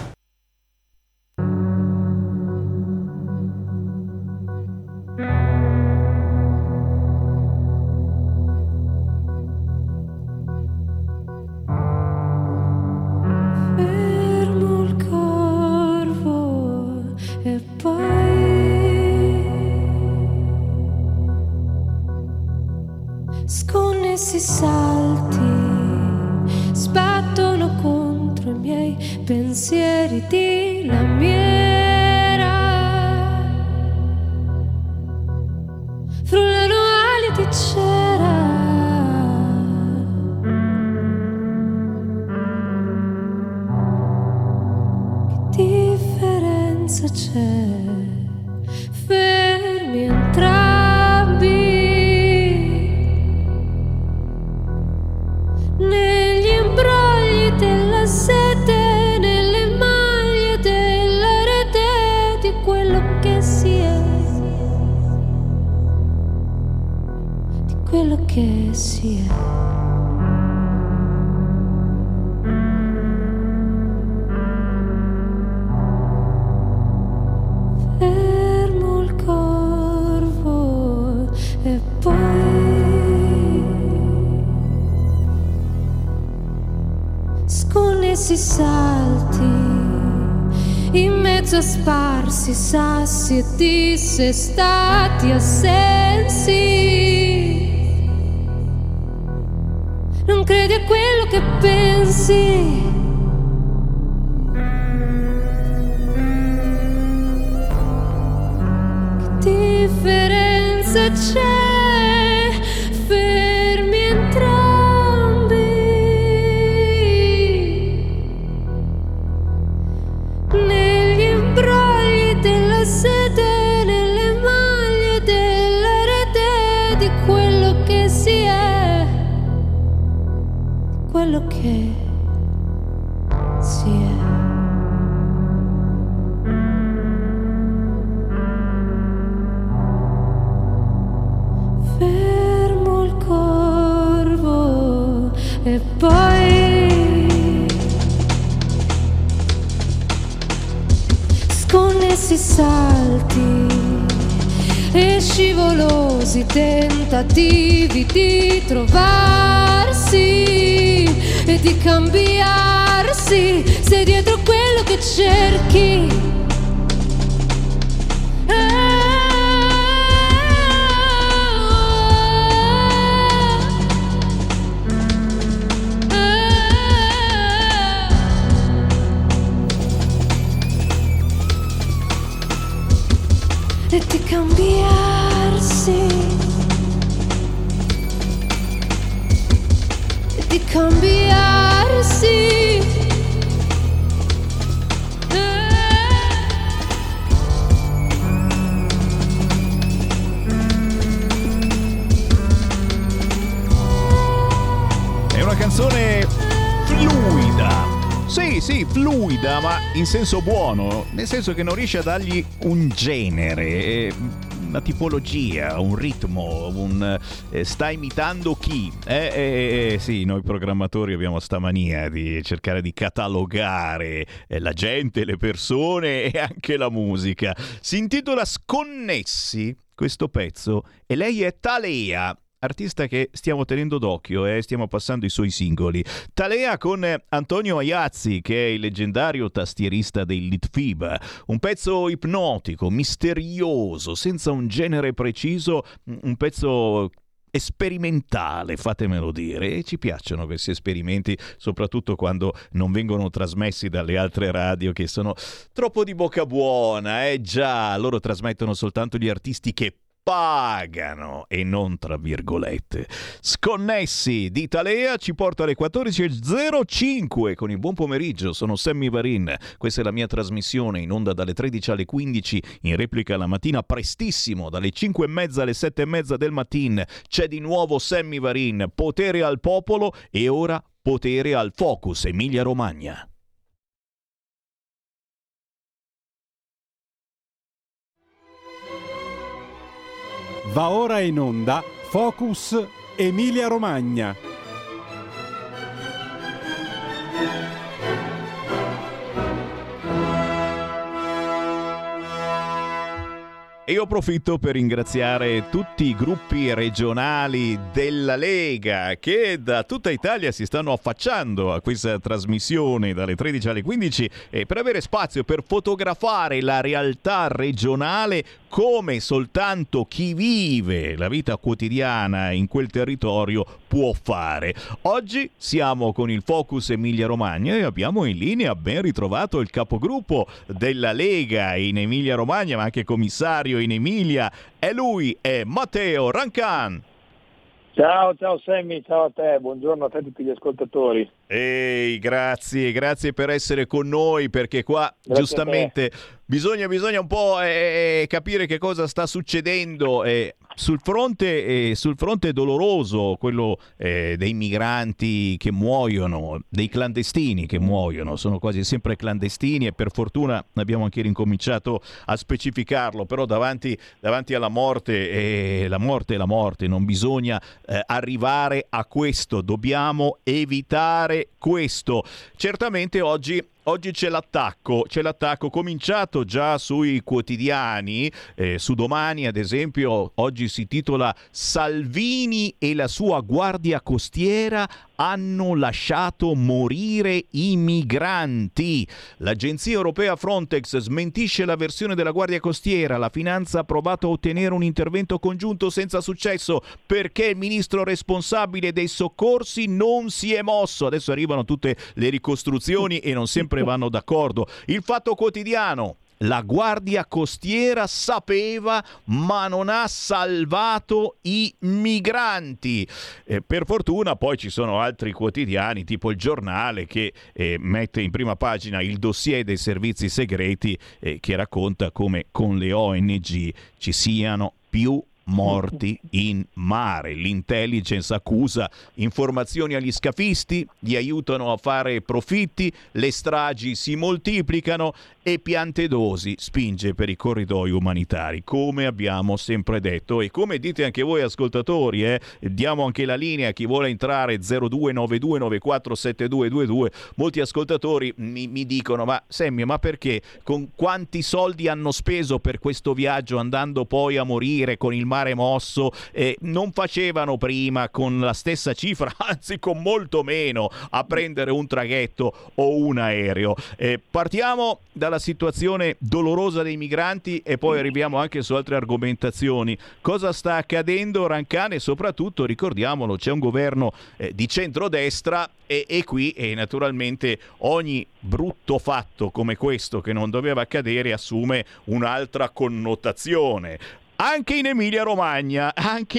Sconnessi salti sbattono contro i miei pensieri di lamiera, frullano ali di cera, che differenza c'è? Fermi entrambi negli imbrogli della sete, nelle maglie della rete di quello che si è, di quello che si è. Fermo il corvo e poi sconnessi salti in mezzo a sparsi sassi e dissestati assensi. Non credi a quello che pensi, che differenza c'è? Fermi entrambi negli imbrogli della sete, nelle maglie della rete di quello che si è, di quello che si è. Fermo il corvo e poi sconnessi salti e scivolosi tentativi di trovarsi e di cambiarsi, sei dietro quello che cerchi. E di cambiarsi, e di cambiarsi. È una canzone fluida. Sì, fluida, ma in senso buono, nel senso che non riesce a dargli un genere, una tipologia, un ritmo, sta imitando chi? Sì, noi programmatori abbiamo sta mania di cercare di catalogare la gente, le persone e anche la musica. Si intitola Sconnessi, questo pezzo, e lei è Thalea, artista che stiamo tenendo d'occhio e stiamo passando i suoi singoli. Thalea con Antonio Aiazzi, che è il leggendario tastierista dei Litfiba. Un pezzo ipnotico, misterioso, senza un genere preciso, un pezzo sperimentale, fatemelo dire, e ci piacciono questi esperimenti, soprattutto quando non vengono trasmessi dalle altre radio che sono troppo di bocca buona, già, loro trasmettono soltanto gli artisti che pagano e non tra virgolette. Sconnessi di Talea ci porta alle 14.05 con il buon pomeriggio. Sono Sammy Varin, questa è la mia trasmissione in onda dalle 13 alle 15, in replica la mattina prestissimo dalle 5:30 alle 7:30 del mattino. C'è di nuovo Sammy Varin, potere al popolo, e ora potere al Focus Emilia Romagna. Va ora in onda Focus Emilia Romagna. E io approfitto per ringraziare tutti i gruppi regionali della Lega che da tutta Italia si stanno affacciando a questa trasmissione dalle 13 alle 15 per avere spazio per fotografare la realtà regionale come soltanto chi vive la vita quotidiana in quel territorio può fare. Oggi siamo con il Focus Emilia Romagna e abbiamo in linea ben ritrovato il capogruppo della Lega in Emilia Romagna, ma anche commissario in Emilia. E lui è Matteo Rancan. Ciao Sammy, ciao a te, buongiorno a te e a tutti gli ascoltatori. Ehi, grazie per essere con noi, perché qua giustamente bisogna un po' capire che cosa sta succedendo sul fronte doloroso, quello dei migranti che muoiono, dei clandestini che muoiono, sono quasi sempre clandestini e per fortuna abbiamo anche ricominciato a specificarlo, però davanti alla morte, la morte è la morte, non bisogna arrivare a questo, dobbiamo evitare questo. Certamente oggi c'è l'attacco cominciato già sui quotidiani, su Domani ad esempio oggi si titola Salvini e la sua guardia costiera hanno lasciato morire i migranti. L'agenzia europea Frontex smentisce la versione della guardia costiera, la finanza ha provato a ottenere un intervento congiunto senza successo perché il ministro responsabile dei soccorsi non si è mosso. Adesso arrivano tutte le ricostruzioni e non sempre vanno d'accordo. Il Fatto Quotidiano: la guardia costiera sapeva ma non ha salvato i migranti. Per fortuna poi ci sono altri quotidiani tipo Il Giornale che mette in prima pagina il dossier dei servizi segreti che racconta come con le ONG ci siano più morti in mare. L'intelligence accusa informazioni agli scafisti, gli aiutano a fare profitti, le stragi si moltiplicano e Piantedosi spinge per i corridoi umanitari, come abbiamo sempre detto. E come dite anche voi ascoltatori, diamo anche la linea a chi vuole entrare, 0292947222. Molti ascoltatori mi dicono: ma Sammy, ma perché? Con quanti soldi hanno speso per questo viaggio andando poi a morire con il mare mosso? Non facevano prima con la stessa cifra, anzi con molto meno, a prendere un traghetto o un aereo? Partiamo dalla situazione dolorosa dei migranti e poi arriviamo anche su altre argomentazioni. Cosa sta accadendo, Rancane? Soprattutto, ricordiamolo, c'è un governo di centrodestra e qui naturalmente ogni brutto fatto come questo che non doveva accadere assume un'altra connotazione. Anche in Emilia Romagna.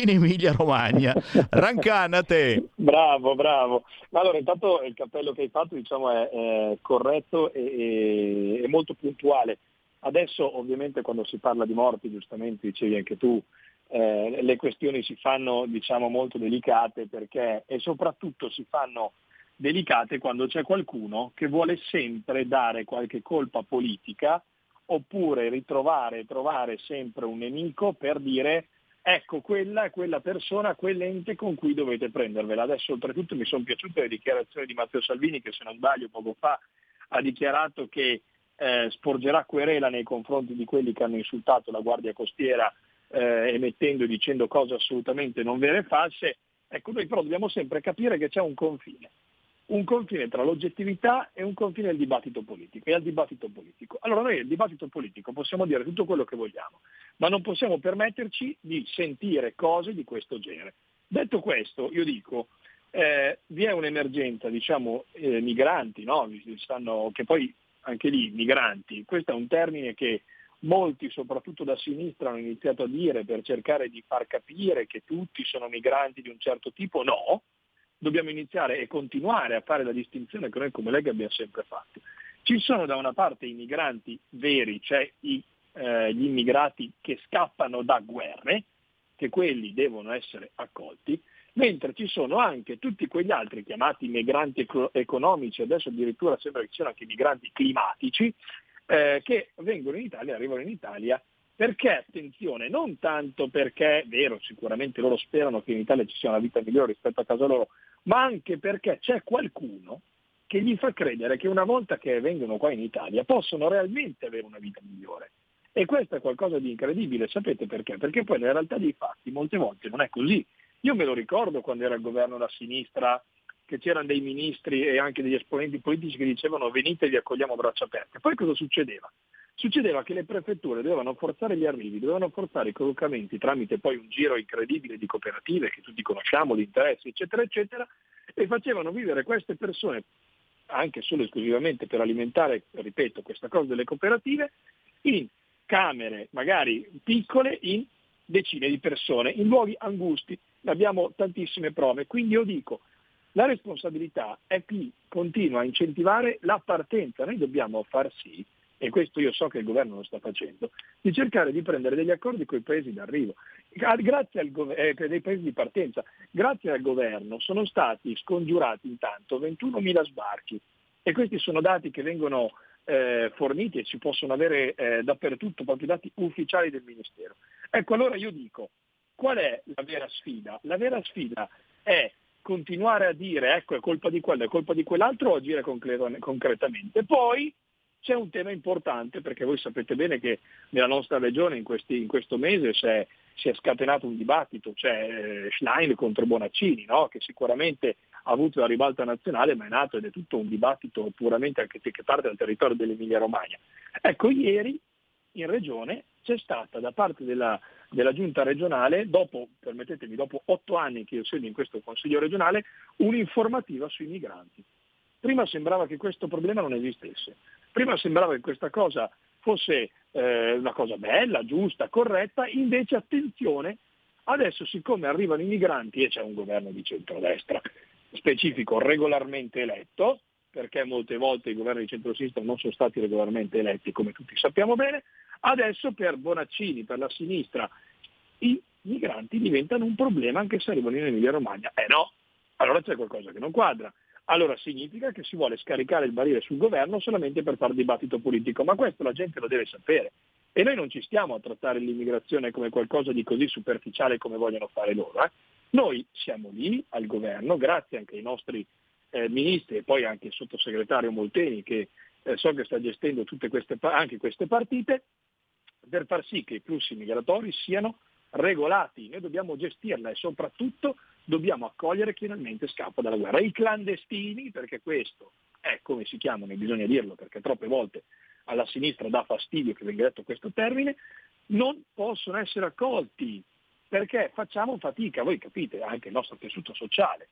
Rancana, te. Bravo. Allora, intanto il cappello che hai fatto, diciamo, è corretto e molto puntuale. Adesso, ovviamente, quando si parla di morti, giustamente dicevi anche tu, le questioni si fanno, diciamo, molto delicate e soprattutto si fanno delicate quando c'è qualcuno che vuole sempre dare qualche colpa politica oppure trovare sempre un nemico per dire ecco quella è quella persona, quell'ente con cui dovete prendervela. Adesso oltretutto mi sono piaciute le dichiarazioni di Matteo Salvini che, se non sbaglio, poco fa ha dichiarato che sporgerà querela nei confronti di quelli che hanno insultato la Guardia Costiera emettendo e dicendo cose assolutamente non vere e false. Ecco, noi però dobbiamo sempre capire che c'è un confine tra l'oggettività e un confine al dibattito politico. Allora noi al dibattito politico possiamo dire tutto quello che vogliamo, ma non possiamo permetterci di sentire cose di questo genere. Detto questo, io dico, vi è un'emergenza, diciamo, migranti, no? Che poi anche lì migranti, questo è un termine che molti, soprattutto da sinistra, hanno iniziato a dire per cercare di far capire che tutti sono migranti di un certo tipo. No, dobbiamo iniziare e continuare a fare la distinzione che noi come Lega abbiamo sempre fatto. Ci sono da una parte i migranti veri, cioè gli immigrati che scappano da guerre, che quelli devono essere accolti, mentre ci sono anche tutti quegli altri chiamati migranti economici, adesso addirittura sembra che ci siano anche migranti climatici, che vengono in Italia, arrivano in Italia, perché, attenzione, non tanto perché, è vero, sicuramente loro sperano che in Italia ci sia una vita migliore rispetto a casa loro, ma anche perché c'è qualcuno che gli fa credere che una volta che vengono qua in Italia possono realmente avere una vita migliore. E questo è qualcosa di incredibile, sapete perché? Perché poi nella realtà dei fatti molte volte non è così. Io me lo ricordo quando era il governo da sinistra, che c'erano dei ministri e anche degli esponenti politici che dicevano venite e vi accogliamo a braccia aperte. Poi cosa succedeva? Succedeva che le prefetture dovevano forzare gli arrivi, dovevano forzare i collocamenti tramite poi un giro incredibile di cooperative che tutti conosciamo, di interessi, eccetera, eccetera, e facevano vivere queste persone anche solo esclusivamente per alimentare, ripeto, questa cosa delle cooperative, in camere magari piccole, in decine di persone, in luoghi angusti. Ne abbiamo tantissime prove. Quindi io dico, la responsabilità è chi continua a incentivare la partenza. Noi dobbiamo far sì, e questo io so che il governo lo sta facendo, di cercare di prendere degli accordi con i paesi d'arrivo, dei paesi di partenza. Grazie al governo sono stati scongiurati intanto 21.000 sbarchi, e questi sono dati che vengono forniti e si possono avere dappertutto, proprio dati ufficiali del Ministero. Ecco, allora io dico, qual è la vera sfida? La vera sfida è continuare a dire ecco è colpa di quello, è colpa di quell'altro, o agire concretamente. Poi c'è un tema importante, perché voi sapete bene che nella nostra regione in questo mese si è scatenato un dibattito, cioè Schlein contro Bonaccini, no? Che sicuramente ha avuto la ribalta nazionale, ma è nato ed è tutto un dibattito puramente anche che parte dal territorio dell'Emilia Romagna. Ecco, ieri in regione c'è stata da parte della giunta regionale, dopo 8 anni che io siedo in questo consiglio regionale, un'informativa sui migranti. Prima sembrava che questo problema non esistesse, prima sembrava che questa cosa fosse una cosa bella, giusta, corretta, invece attenzione, adesso siccome arrivano i migranti e c'è un governo di centrodestra specifico regolarmente eletto, perché molte volte i governi di centrosinistra non sono stati regolarmente eletti, come tutti sappiamo bene, adesso per Bonaccini, per la sinistra, i migranti diventano un problema anche se arrivano in Emilia Romagna. No, allora c'è qualcosa che non quadra. Allora significa che si vuole scaricare il barile sul governo solamente per fare dibattito politico, ma questo la gente lo deve sapere. E noi non ci stiamo a trattare l'immigrazione come qualcosa di così superficiale come vogliono fare loro. Noi siamo lì al governo, grazie anche ai nostri ministri e poi anche il sottosegretario Molteni, che so che sta gestendo tutte anche queste partite, per far sì che i flussi migratori siano regolati. Noi dobbiamo gestirla e soprattutto dobbiamo accogliere chi realmente scappa dalla guerra. I clandestini, perché questo è come si chiamano, e bisogna dirlo perché troppe volte alla sinistra dà fastidio che venga detto questo termine, non possono essere accolti perché facciamo fatica. Voi capite, anche il nostro tessuto sociale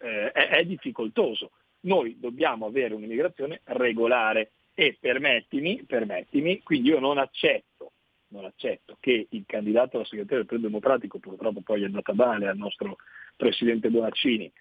è difficoltoso. Noi dobbiamo avere un'immigrazione regolare e permettimi, quindi io non accetto che il candidato alla segreteria del Partito Democratico, purtroppo poi è andata male al nostro presidente Bonaccini,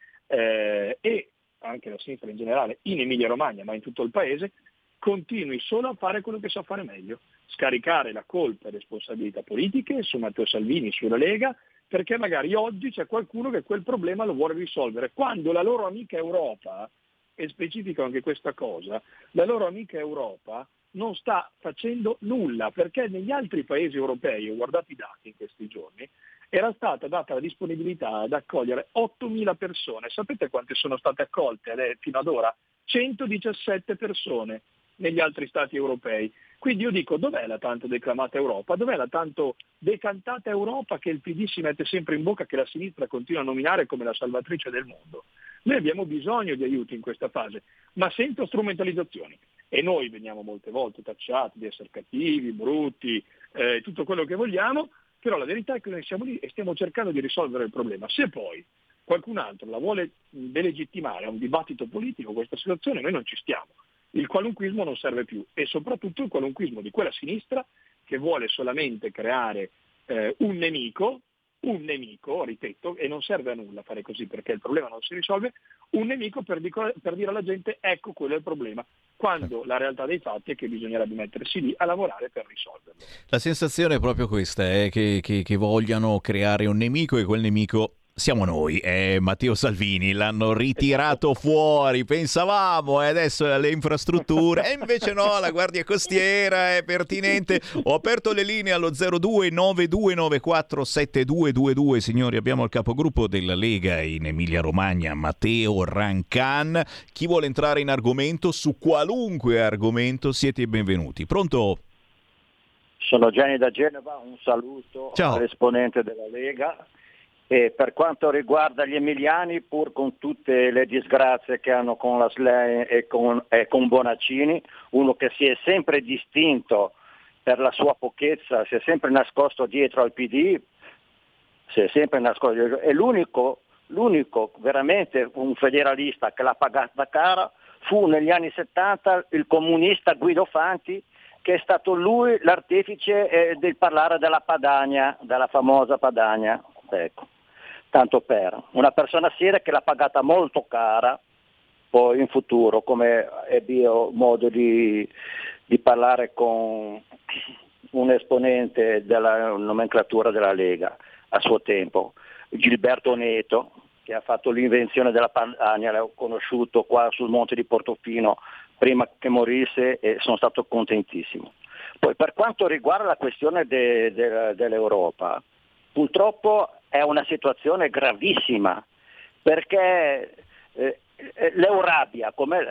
e anche la sinistra in generale, in Emilia Romagna ma in tutto il paese, continui solo a fare quello che sa fare meglio, scaricare la colpa e responsabilità politiche su Matteo Salvini, sulla Lega, perché magari oggi c'è qualcuno che quel problema lo vuole risolvere, quando la loro amica Europa, e specifico anche questa cosa, la loro amica Europa non sta facendo nulla, perché negli altri paesi europei, ho guardato i dati in questi giorni, era stata data la disponibilità ad accogliere 8.000 persone. Sapete quante sono state accolte fino ad ora? 117 persone negli altri stati europei. Quindi io dico, dov'è la tanto declamata Europa? Dov'è la tanto decantata Europa che il PD si mette sempre in bocca, che la sinistra continua a nominare come la salvatrice del mondo? Noi abbiamo bisogno di aiuti in questa fase, ma senza strumentalizzazioni. E noi veniamo molte volte tacciati di essere cattivi, brutti, tutto quello che vogliamo, Però la verità è che noi siamo lì e stiamo cercando di risolvere il problema. Se poi qualcun altro la vuole delegittimare a un dibattito politico, questa situazione, noi non ci stiamo. Il qualunquismo non serve più, e soprattutto il qualunquismo di quella sinistra che vuole solamente creare un nemico, ripeto, e non serve a nulla fare così perché il problema non si risolve, un nemico per dire alla gente ecco quello è il problema, quando la realtà dei fatti è che bisognerebbe mettersi lì a lavorare per risolverlo. La sensazione è proprio questa, che vogliano creare un nemico e quel nemico siamo noi. Matteo Salvini l'hanno ritirato fuori, pensavamo adesso le infrastrutture, e invece no, la Guardia Costiera è pertinente. Ho aperto le linee allo 0292947222. Signori, abbiamo il capogruppo della Lega in Emilia Romagna, Matteo Rancan. Chi vuole entrare in argomento, su qualunque argomento, siete benvenuti. Pronto? Sono Gianni da Genova, un saluto all'esponente della Lega. E per quanto riguarda gli emiliani, pur con tutte le disgrazie che hanno con la SLE e con Bonaccini, uno che si è sempre distinto per la sua pochezza, si è sempre nascosto dietro al PD, è l'unico veramente un federalista che l'ha pagata cara, fu negli anni 70 il comunista Guido Fanti, che è stato lui l'artefice del parlare della Padania, della famosa Padania. Ecco. Tanto per una persona seria che l'ha pagata molto cara poi in futuro, come ebbi modo di parlare con un esponente della nomenclatura della Lega a suo tempo, Gilberto Neto, che ha fatto l'invenzione della Padania, l'ho conosciuto qua sul Monte di Portofino prima che morisse e sono stato contentissimo. Poi per quanto riguarda la questione dell'Europa, purtroppo è una situazione gravissima, perché l'Eurabia, come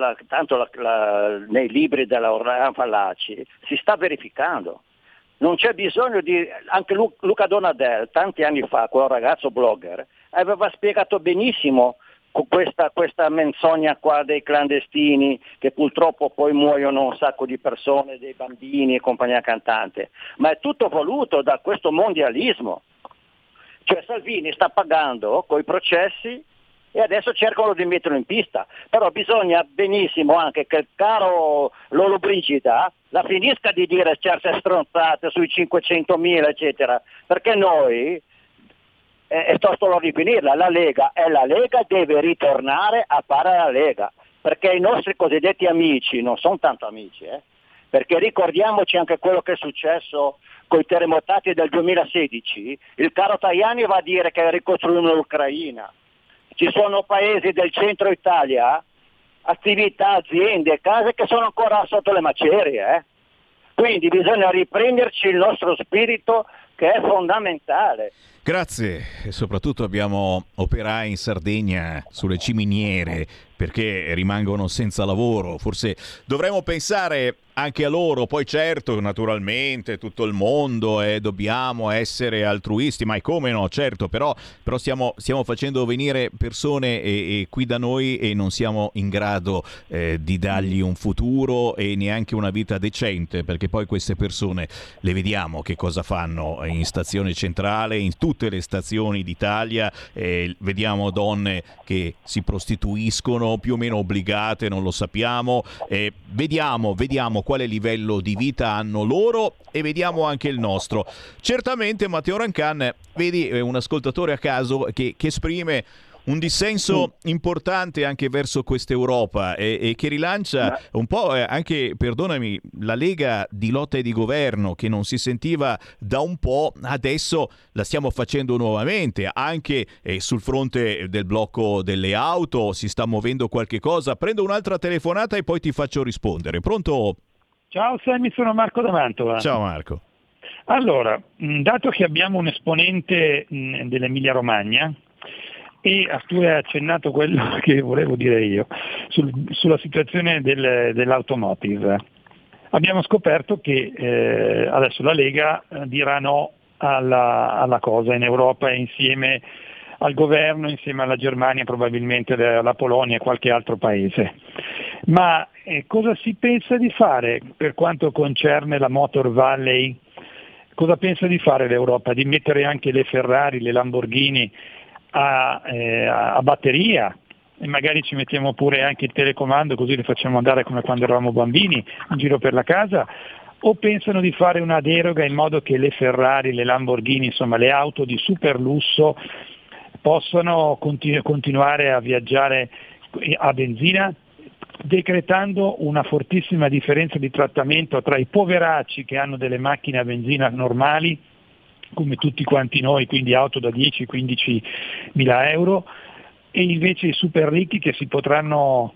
nei libri della Fallaci, si sta verificando. Non c'è bisogno di... Anche Luca Donadel, tanti anni fa, quel ragazzo blogger, aveva spiegato benissimo questa menzogna qua dei clandestini, che purtroppo poi muoiono un sacco di persone, dei bambini e compagnia cantante. Ma è tutto voluto da questo mondialismo. Cioè Salvini sta pagando coi processi e adesso cercano di metterlo in pista, però bisogna benissimo anche che il caro Lollobrigida la finisca di dire certe stronzate sui 500.000 eccetera, perché noi, e sto solo a rifinirla, la Lega deve ritornare a fare la Lega, perché i nostri cosiddetti amici non sono tanto amici, perché ricordiamoci anche quello che è successo con i terremotati del 2016, il caro Tajani va a dire che ricostruiamo l'Ucraina. Ci sono paesi del centro Italia, attività, aziende, case che sono ancora sotto le macerie. Quindi bisogna riprenderci il nostro spirito, che è fondamentale. Grazie, e soprattutto abbiamo operai in Sardegna sulle ciminiere perché rimangono senza lavoro. Forse dovremmo pensare anche a loro, poi certo, naturalmente, tutto il mondo dobbiamo essere altruisti, ma come no, certo, però stiamo facendo venire persone e qui da noi e non siamo in grado di dargli un futuro e neanche una vita decente, perché poi queste persone le vediamo che cosa fanno in stazione centrale, in tutte le stazioni d'Italia, vediamo donne che si prostituiscono più o meno obbligate, non lo sappiamo, vediamo quale livello di vita hanno loro e vediamo anche il nostro. Certamente Matteo Rancan, vedi, un ascoltatore a caso che esprime un dissenso importante anche verso questa Europa e che rilancia un po' anche, perdonami, la Lega di lotta e di governo che non si sentiva da un po', adesso la stiamo facendo nuovamente, anche sul fronte del blocco delle auto si sta muovendo qualche cosa. Prendo un'altra telefonata e poi ti faccio rispondere. Pronto? Ciao Sammy, sono Marco da Mantova. Ciao Marco. Allora, dato che abbiamo un esponente dell'Emilia Romagna, e tu hai accennato quello che volevo dire io sulla situazione dell'automotive. Abbiamo scoperto che adesso la Lega dirà no alla cosa in Europa insieme al governo, insieme alla Germania, probabilmente alla Polonia e qualche altro paese. Ma cosa si pensa di fare per quanto concerne la Motor Valley Cosa pensa di fare l'Europa? Di mettere anche le Ferrari, le Lamborghini a batteria? E magari ci mettiamo pure anche il telecomando, così le facciamo andare come quando eravamo bambini in giro per la casa, o pensano di fare una deroga in modo che le Ferrari, le Lamborghini, insomma le auto di super lusso possano continuare a viaggiare a benzina, decretando una fortissima differenza di trattamento tra i poveracci che hanno delle macchine a benzina normali, come tutti quanti noi, quindi auto da 10-15 mila euro, e invece i super ricchi che potranno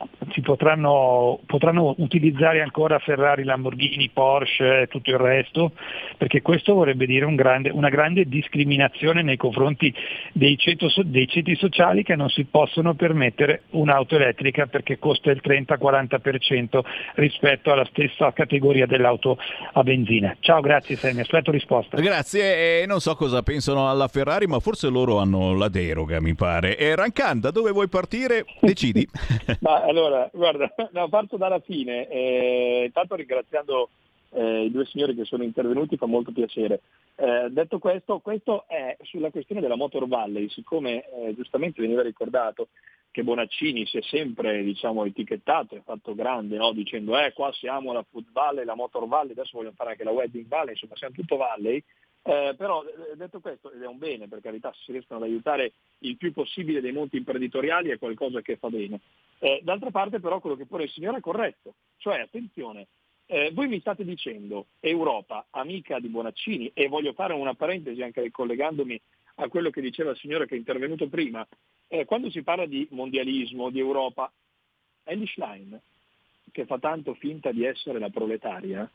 utilizzare ancora Ferrari, Lamborghini, Porsche e tutto il resto, perché questo vorrebbe dire una grande discriminazione nei confronti dei ceti sociali che non si possono permettere un'auto elettrica perché costa il 30-40% rispetto alla stessa categoria dell'auto a benzina. Ciao, grazie Sammy, aspetto risposta. Grazie, non so cosa pensano alla Ferrari, ma forse loro hanno la deroga, mi pare. Rancan, da dove vuoi partire? Decidi. Ma allora, guarda, parto dalla fine, intanto ringraziando i due signori che sono intervenuti, fa molto piacere. Detto questo è sulla questione della Motor Valley, siccome giustamente veniva ricordato che Bonaccini si è sempre, diciamo, etichettato e fatto grande, no? Dicendo qua siamo la Food Valley, la Motor Valley, adesso vogliono fare anche la Wedding Valley, insomma siamo tutto Valley. Però detto questo, ed è un bene, per carità, se si riescono ad aiutare il più possibile dei monti imprenditoriali è qualcosa che fa bene. D'altra parte però quello che pone il signore è corretto, cioè attenzione, voi mi state dicendo Europa, amica di Bonaccini, e voglio fare una parentesi anche ricollegandomi a quello che diceva il signore che è intervenuto prima, quando si parla di mondialismo, di Europa, Elly Schlein, che fa tanto finta di essere la proletaria,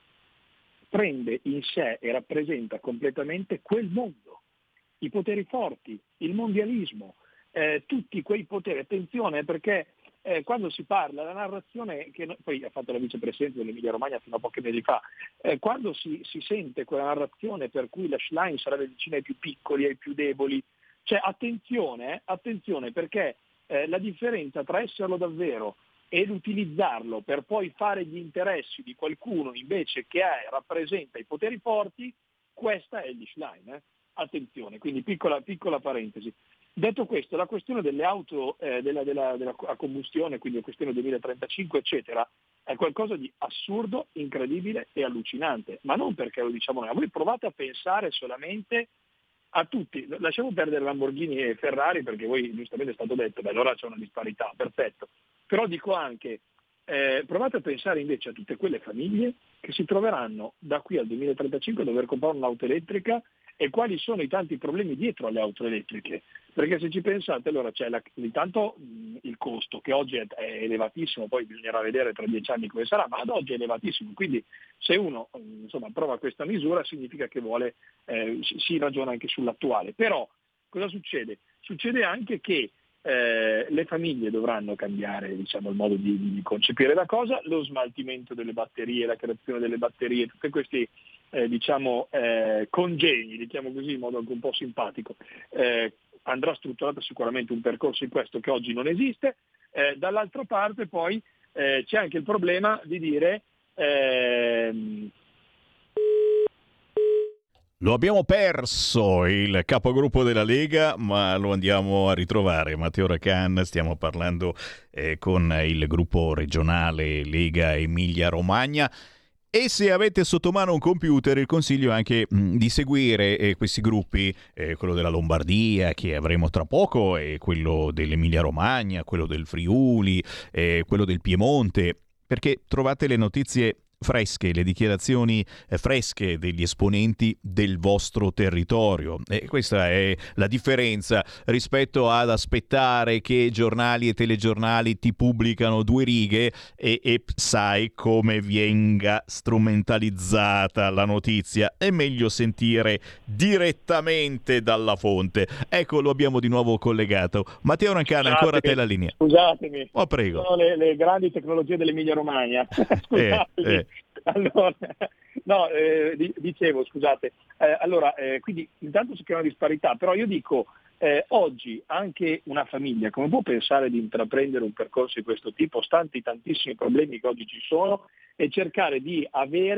prende in sé e rappresenta completamente quel mondo, i poteri forti, il mondialismo, tutti quei poteri. Attenzione perché quando si parla, la narrazione che poi ha fatto la vicepresidente dell'Emilia Romagna fino a pochi mesi fa, quando si sente quella narrazione per cui la Schlein sarebbe vicina ai più piccoli, ai più deboli, cioè attenzione perché la differenza tra esserlo davvero ed utilizzarlo per poi fare gli interessi di qualcuno invece che rappresenta i poteri forti, questa è Elly Schlein. Attenzione, quindi piccola parentesi. Detto questo, la questione delle auto a combustione, quindi la questione 2035 eccetera, è qualcosa di assurdo, incredibile e allucinante, ma non perché lo diciamo noi. Voi provate a pensare solamente a tutti, lasciamo perdere Lamborghini e Ferrari perché voi giustamente è stato detto, allora c'è una disparità, perfetto. Però dico anche, provate a pensare invece a tutte quelle famiglie che si troveranno da qui al 2035 a dover comprare un'auto elettrica e quali sono i tanti problemi dietro alle auto elettriche. Perché se ci pensate, allora c'è intanto il costo, che oggi è elevatissimo, poi bisognerà vedere tra 10 anni come sarà, ma ad oggi è elevatissimo. Quindi se uno prova questa misura significa che si ragiona anche sull'attuale. Però cosa succede? Succede anche che le famiglie dovranno cambiare il modo di concepire la cosa, lo smaltimento delle batterie, la creazione delle batterie, tutti questi congegni, diciamo così in modo anche un po' simpatico, andrà strutturato sicuramente un percorso in questo che oggi non esiste. Dall'altra parte poi c'è anche il problema di dire lo abbiamo perso il capogruppo della Lega, ma lo andiamo a ritrovare. Matteo Rancan, stiamo parlando con il gruppo regionale Lega Emilia Romagna. E se avete sotto mano un computer, il consiglio è anche di seguire questi gruppi, quello della Lombardia che avremo tra poco, e quello dell'Emilia Romagna, quello del Friuli, quello del Piemonte, perché trovate le notizie fresche, le dichiarazioni fresche degli esponenti del vostro territorio, e questa è la differenza rispetto ad aspettare che giornali e telegiornali ti pubblicano 2 righe e sai come venga strumentalizzata la notizia. È meglio sentire direttamente dalla fonte. Ecco, lo abbiamo di nuovo collegato. Matteo Rancan, ancora a te la linea. Scusatemi, prego. Sono le grandi tecnologie dell'Emilia Romagna. Scusatemi. Allora, dicevo, scusate, quindi intanto si crea una disparità, però io dico, oggi anche una famiglia come può pensare di intraprendere un percorso di questo tipo, stanti i tantissimi problemi che oggi ci sono, e cercare di avere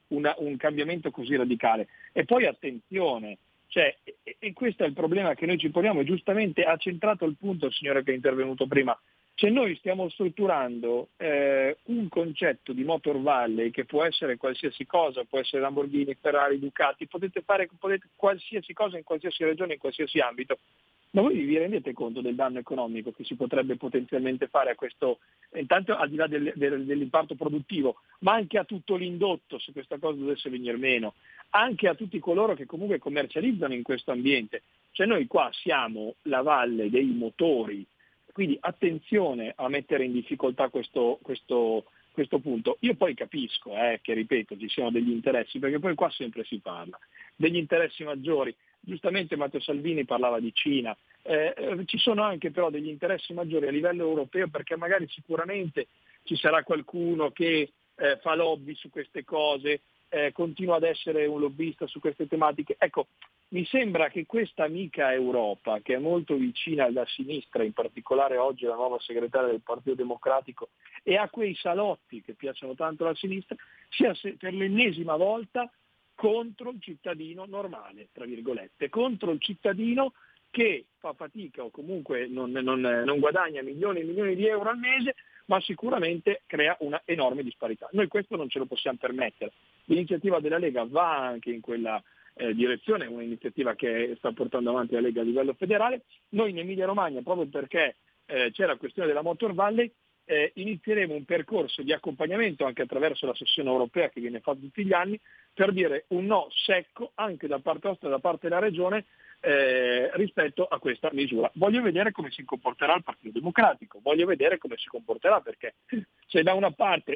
un cambiamento così radicale. E poi attenzione, cioè, e questo è il problema che noi ci poniamo, e giustamente ha centrato il punto il signore che è intervenuto prima. Cioè noi stiamo strutturando un concetto di Motor Valley che può essere qualsiasi cosa, può essere Lamborghini, Ferrari, Ducati, potete fare qualsiasi cosa in qualsiasi regione, in qualsiasi ambito. Ma voi vi rendete conto del danno economico che si potrebbe potenzialmente fare a questo, intanto al di là dell'impatto produttivo, ma anche a tutto l'indotto, se questa cosa dovesse venire meno, anche a tutti coloro che comunque commercializzano in questo ambiente. Cioè noi qua siamo la valle dei motori, quindi attenzione a mettere in difficoltà questo punto. Io poi capisco che, ripeto, ci siano degli interessi, perché poi qua sempre si parla degli interessi maggiori. Giustamente Matteo Salvini parlava di Cina, ci sono anche però degli interessi maggiori a livello europeo, perché magari sicuramente ci sarà qualcuno che fa lobby su queste cose, continua ad essere un lobbista su queste tematiche. Ecco, mi sembra che questa amica Europa, che è molto vicina alla sinistra, in particolare oggi la nuova segretaria del Partito Democratico, e a quei salotti che piacciono tanto alla sinistra, sia per l'ennesima volta contro il cittadino normale, tra virgolette, contro il cittadino che fa fatica o comunque non guadagna milioni e milioni di euro al mese, ma sicuramente crea una enorme disparità. Noi questo non ce lo possiamo permettere. L'iniziativa della Lega va anche in quella direzione, è un'iniziativa che sta portando avanti la Lega a livello federale. Noi in Emilia Romagna, proprio perché c'è la questione della Motor Valley, inizieremo un percorso di accompagnamento anche attraverso la sessione europea che viene fatta tutti gli anni, per dire un no secco anche da parte nostra e da parte della Regione rispetto a questa misura. Voglio vedere come si comporterà il Partito Democratico, voglio vedere come si comporterà, perché se da una parte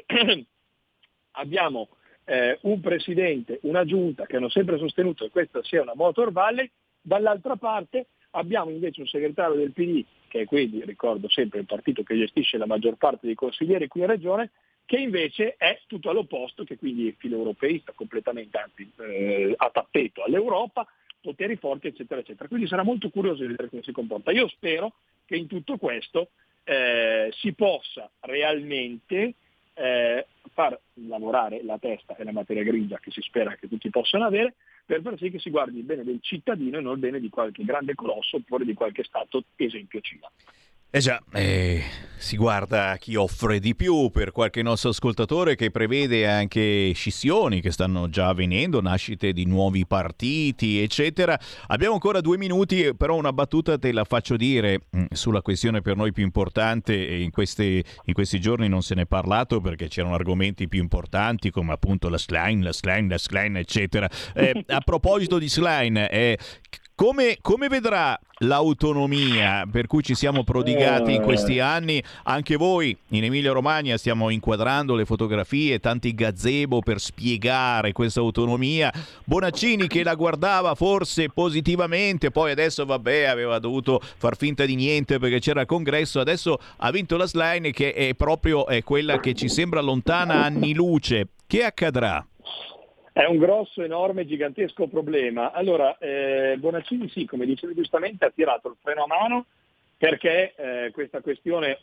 abbiamo un presidente, una giunta che hanno sempre sostenuto che questa sia una Motor Valley, dall'altra parte abbiamo invece un segretario del PD, che è quindi, ricordo sempre, il partito che gestisce la maggior parte dei consiglieri qui in Regione, che invece è tutto all'opposto, che quindi è filoeuropeista completamente, anzi a tappeto all'Europa, poteri forti, eccetera, eccetera. Quindi sarà molto curioso di vedere come si comporta. Io spero che in tutto questo si possa realmente far lavorare la testa e la materia grigia che si spera che tutti possano avere, per far sì che si guardi il bene del cittadino e non il bene di qualche grande colosso oppure di qualche Stato, esempio Cina. Già, si guarda chi offre di più, per qualche nostro ascoltatore che prevede anche scissioni che stanno già avvenendo, nascite di nuovi partiti, eccetera. Abbiamo ancora 2 minuti, però una battuta te la faccio dire sulla questione per noi più importante, e in questi giorni non se ne è parlato perché c'erano argomenti più importanti come appunto la Schlein, eccetera. A proposito di Schlein, come vedrà l'autonomia per cui ci siamo prodigati in questi anni? Anche voi in Emilia Romagna stiamo inquadrando le fotografie, tanti gazebo per spiegare questa autonomia. Bonaccini che la guardava forse positivamente, poi adesso aveva dovuto far finta di niente perché c'era il congresso, adesso ha vinto la Schlein che è proprio quella che ci sembra lontana anni luce. Che accadrà? È un grosso, enorme, gigantesco problema. Allora, Bonaccini sì, come dicevi giustamente, ha tirato il freno a mano perché questa questione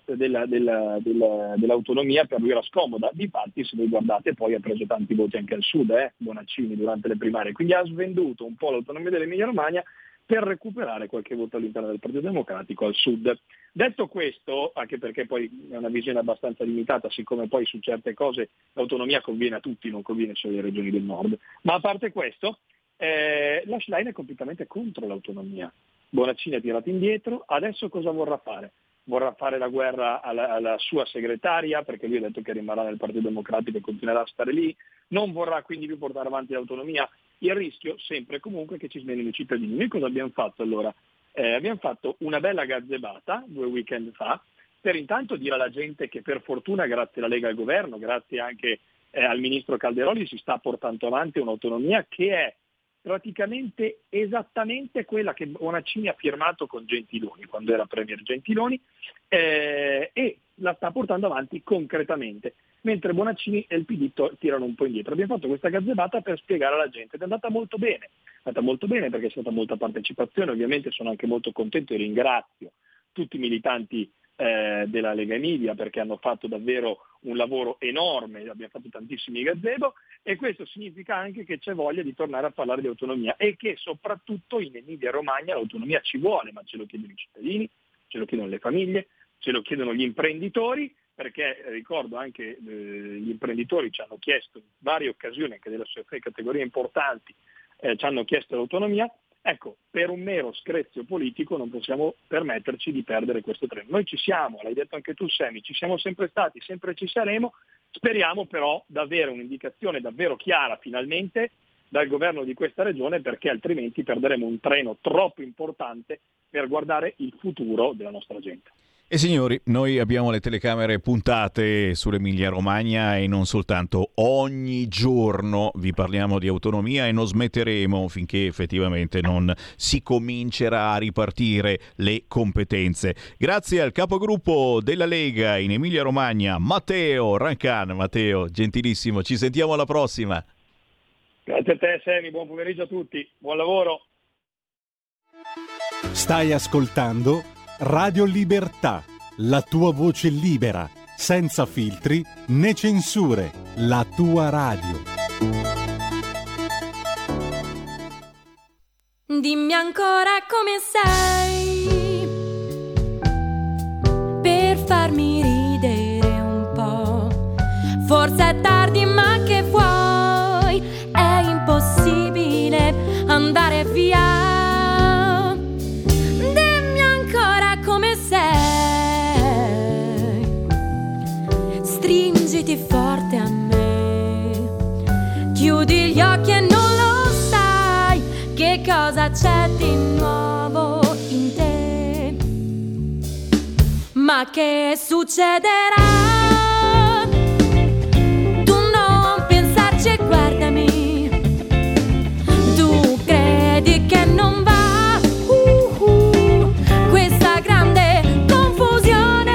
dell'autonomia per lui era scomoda. Difatti, se voi guardate, poi ha preso tanti voti anche al sud, Bonaccini, durante le primarie. Quindi ha svenduto un po' l'autonomia dell'Emilia Romagna per recuperare qualche voto all'interno del Partito Democratico al sud. Detto questo, anche perché poi è una visione abbastanza limitata, siccome poi su certe cose l'autonomia conviene a tutti, non conviene solo alle regioni del nord, ma a parte questo, la Schlein è completamente contro l'autonomia. Bonaccini ha tirato indietro, adesso cosa vorrà fare? Vorrà fare la guerra alla sua segretaria, perché lui ha detto che rimarrà nel Partito Democratico e continuerà a stare lì, non vorrà quindi più portare avanti l'autonomia. Il rischio sempre comunque che ci smenino i cittadini. Noi cosa abbiamo fatto allora? Abbiamo fatto una bella gazzebata 2 weekend fa per intanto dire alla gente che per fortuna grazie alla Lega al governo, grazie anche al ministro Calderoli, si sta portando avanti un'autonomia che è praticamente esattamente quella che Bonaccini ha firmato con Gentiloni quando era Premier Gentiloni, e la sta portando avanti concretamente, mentre Bonaccini e il PD tirano un po' indietro. Abbiamo fatto questa gazzebata per spiegare alla gente ed è andata molto bene perché è stata molta partecipazione. Ovviamente sono anche molto contento e ringrazio tutti i militanti della Lega Emilia, perché hanno fatto davvero un lavoro enorme, abbiamo fatto tantissimi gazebo, e questo significa anche che c'è voglia di tornare a parlare di autonomia e che soprattutto in Emilia Romagna l'autonomia ci vuole, ma ce lo chiedono i cittadini, ce lo chiedono le famiglie, ce lo chiedono gli imprenditori, perché ricordo anche gli imprenditori ci hanno chiesto in varie occasioni, anche delle categorie importanti, ci hanno chiesto l'autonomia. Ecco, per un mero screzio politico non possiamo permetterci di perdere questo treno. Noi ci siamo, l'hai detto anche tu Semi, ci siamo sempre stati, sempre ci saremo, speriamo però di avere un'indicazione davvero chiara finalmente dal governo di questa regione, perché altrimenti perderemo un treno troppo importante per guardare il futuro della nostra gente. E signori, noi abbiamo le telecamere puntate sull'Emilia Romagna e non soltanto. Ogni giorno vi parliamo di autonomia e non smetteremo finché effettivamente non si comincerà a ripartire le competenze. Grazie al capogruppo della Lega in Emilia Romagna, Matteo Rancan. Matteo, gentilissimo, ci sentiamo alla prossima. Grazie a te Semi, buon pomeriggio a tutti, buon lavoro. Stai ascoltando Radio Libertà, la tua voce libera, senza filtri né censure, la tua radio. Dimmi ancora come sei, per farmi ridere un po'. Forse è tardi ma che vuoi, è impossibile andare via. Stringiti forte a me, chiudi gli occhi e non lo sai che cosa c'è di nuovo in te. Ma che succederà? Tu non pensarci e guardami, tu credi che non va questa grande confusione.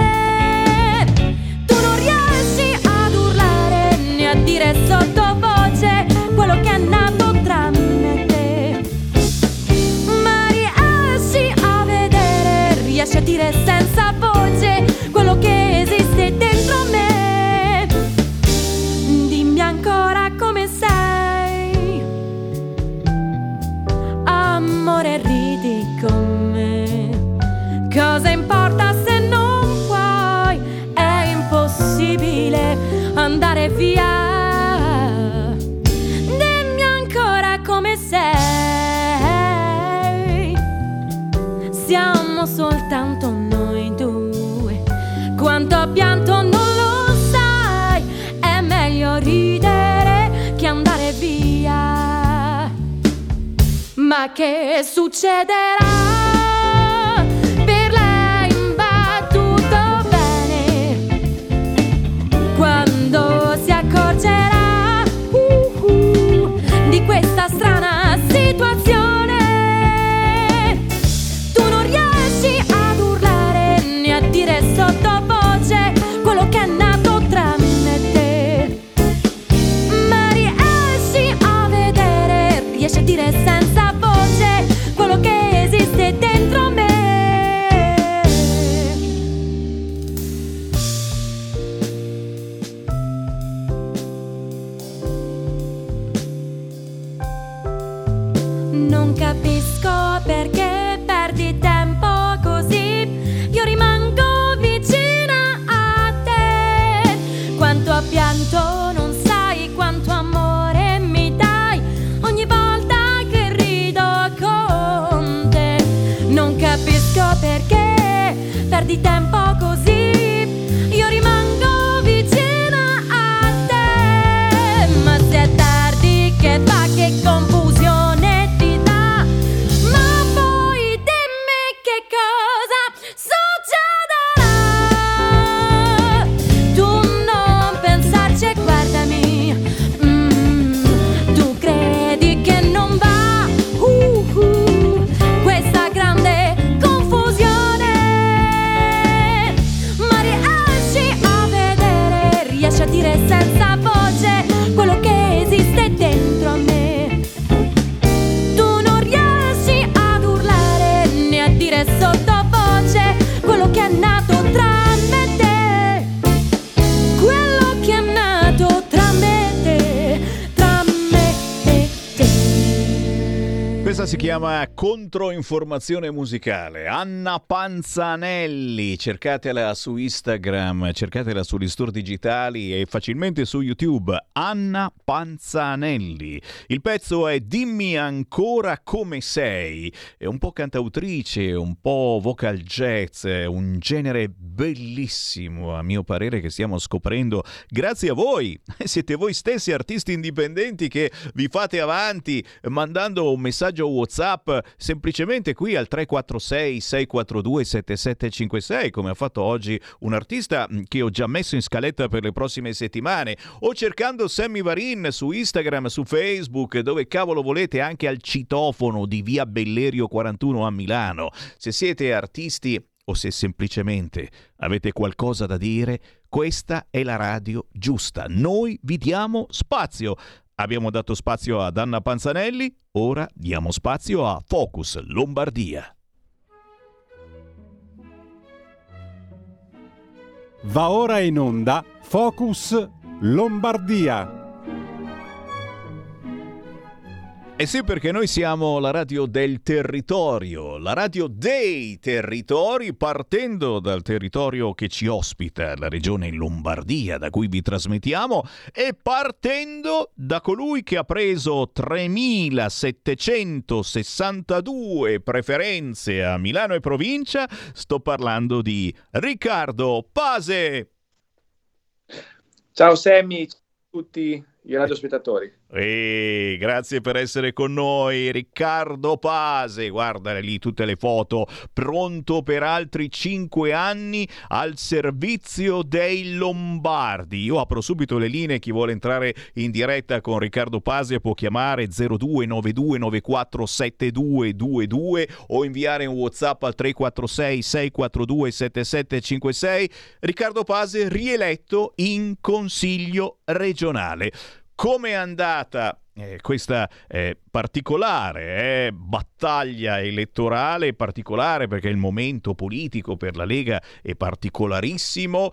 Tu non riesci ad urlare né a dire sottovoce quello che è nato tra me e te, ma riesci a vedere, riesci a dire senza voce quello che esiste dentro me. Dimmi ancora come sei, amore, ridi con me. Cosa importa se non puoi? È impossibile andare via. Dimmi ancora come sei. Siamo soltanto noi due. Quanto pianto non lo sai. È meglio ridere che andare via. Ma che succederà? Per lei va tutto bene. Quando si accorgerà di questa strana situazione, tu non riesci ad urlare né a dire sottovoce quello che è nato tra me e te, ma riesci a vedere, riesci a dire senza voce quello che esiste dentro me. Non capisco perché perdi tempo così, io rimango vicina a te. Quanto pianto non sai, quanto amore mi dai ogni volta che rido con te. Non capisco perché perdi tempo così, io rimango vicina a te. Ma se è tardi che fa, che confusione ti dà. Ma poi dimmi che cosa succederà. Tu non pensarci e guardami, tu credi che non va questa grande confusione. si chiama Controinformazione musicale. Anna Panzanelli, cercatela su Instagram, cercatela sugli store digitali e facilmente su YouTube. Anna Panzanelli. Il pezzo è Dimmi ancora come sei. È un po' cantautrice, un po' vocal jazz, un genere bellissimo a mio parere che stiamo scoprendo grazie a voi. Siete voi stessi artisti indipendenti che vi fate avanti mandando un messaggio WhatsApp semplicemente qui al 346 642 7756, come ha fatto oggi un artista che ho già messo in scaletta per le prossime settimane, o cercando Sammy Varin su Instagram, su Facebook, dove cavolo volete, anche al citofono di via Bellerio 41 a Milano. Se siete artisti o se semplicemente avete qualcosa da dire, questa è la radio giusta. Noi vi diamo spazio. Abbiamo dato spazio ad Anna Panzanelli, ora diamo spazio a Focus Lombardia. Va ora in onda Focus Lombardia. Eh sì, perché noi siamo la radio del territorio, la radio dei territori, partendo dal territorio che ci ospita, la regione Lombardia, da cui vi trasmettiamo, e partendo da colui che ha preso 3.762 preferenze a Milano e provincia. Sto parlando di Riccardo Pase. Ciao Sammy, ciao a tutti i radiospettatori. Grazie per essere con noi, Riccardo Pase. Guarda lì tutte le foto, pronto per altri 5 anni al servizio dei Lombardi. Io apro subito le linee, chi vuole entrare in diretta con Riccardo Pase può chiamare 0292947222 o inviare un WhatsApp al 346 642 7756. Riccardo Pase rieletto in Consiglio regionale. Come è andata questa particolare battaglia elettorale, particolare perché il momento politico per la Lega è particolarissimo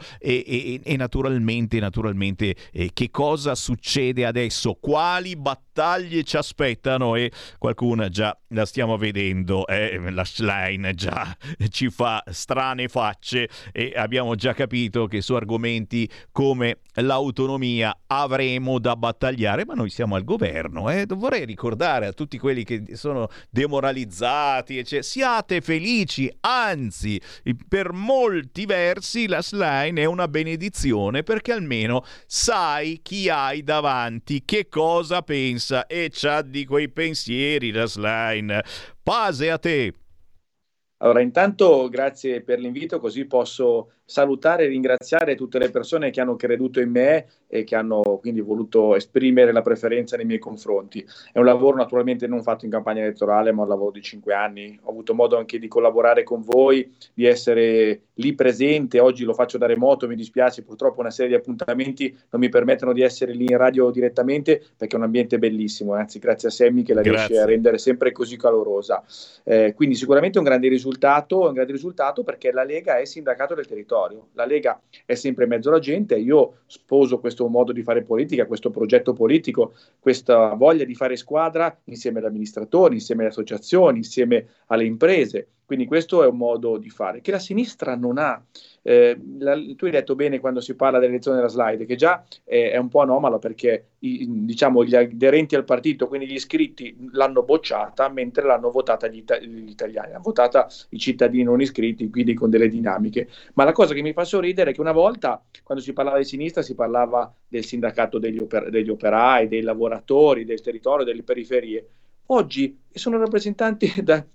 e naturalmente che cosa succede adesso, quali battaglie ci aspettano, e qualcuna già la stiamo vedendo, la Schlein già ci fa strane facce e abbiamo già capito che su argomenti come l'autonomia avremo da battagliare, ma noi siamo al governo. Vorrei ricordare a tutti quelli che sono demoralizzati, siate felici, anzi per molti versi la Schlein è una benedizione, perché almeno sai chi hai davanti, che cosa pensa, e c'ha di quei pensieri la Schlein. Pase, a te. Allora, intanto grazie per l'invito, così posso salutare e ringraziare tutte le persone che hanno creduto in me e che hanno quindi voluto esprimere la preferenza nei miei confronti. È un lavoro naturalmente non fatto in campagna elettorale, ma un lavoro di 5 anni. Ho avuto modo anche di collaborare con voi, di essere lì presente. Oggi lo faccio da remoto, mi dispiace, purtroppo una serie di appuntamenti non mi permettono di essere lì in radio direttamente, perché è un ambiente bellissimo, anzi grazie a Sammy che la riesce a rendere sempre così calorosa. Quindi sicuramente un grande risultato perché la Lega è sindacato del territorio. La Lega è sempre in mezzo alla gente. Io sposo questo modo di fare politica, questo progetto politico, questa voglia di fare squadra insieme agli amministratori, insieme alle associazioni, insieme alle imprese. Quindi questo è un modo di fare che la sinistra non ha. Tu hai detto bene quando si parla dell'elezione della Slide, che già è un po' anomalo, perché gli aderenti al partito, quindi gli iscritti, l'hanno bocciata, mentre l'hanno votata gli italiani, l'hanno votata i cittadini non iscritti, quindi con delle dinamiche. Ma la cosa che mi fa sorridere è che una volta, quando si parlava di sinistra, si parlava del sindacato degli operai, dei lavoratori, del territorio, delle periferie. Oggi sono rappresentati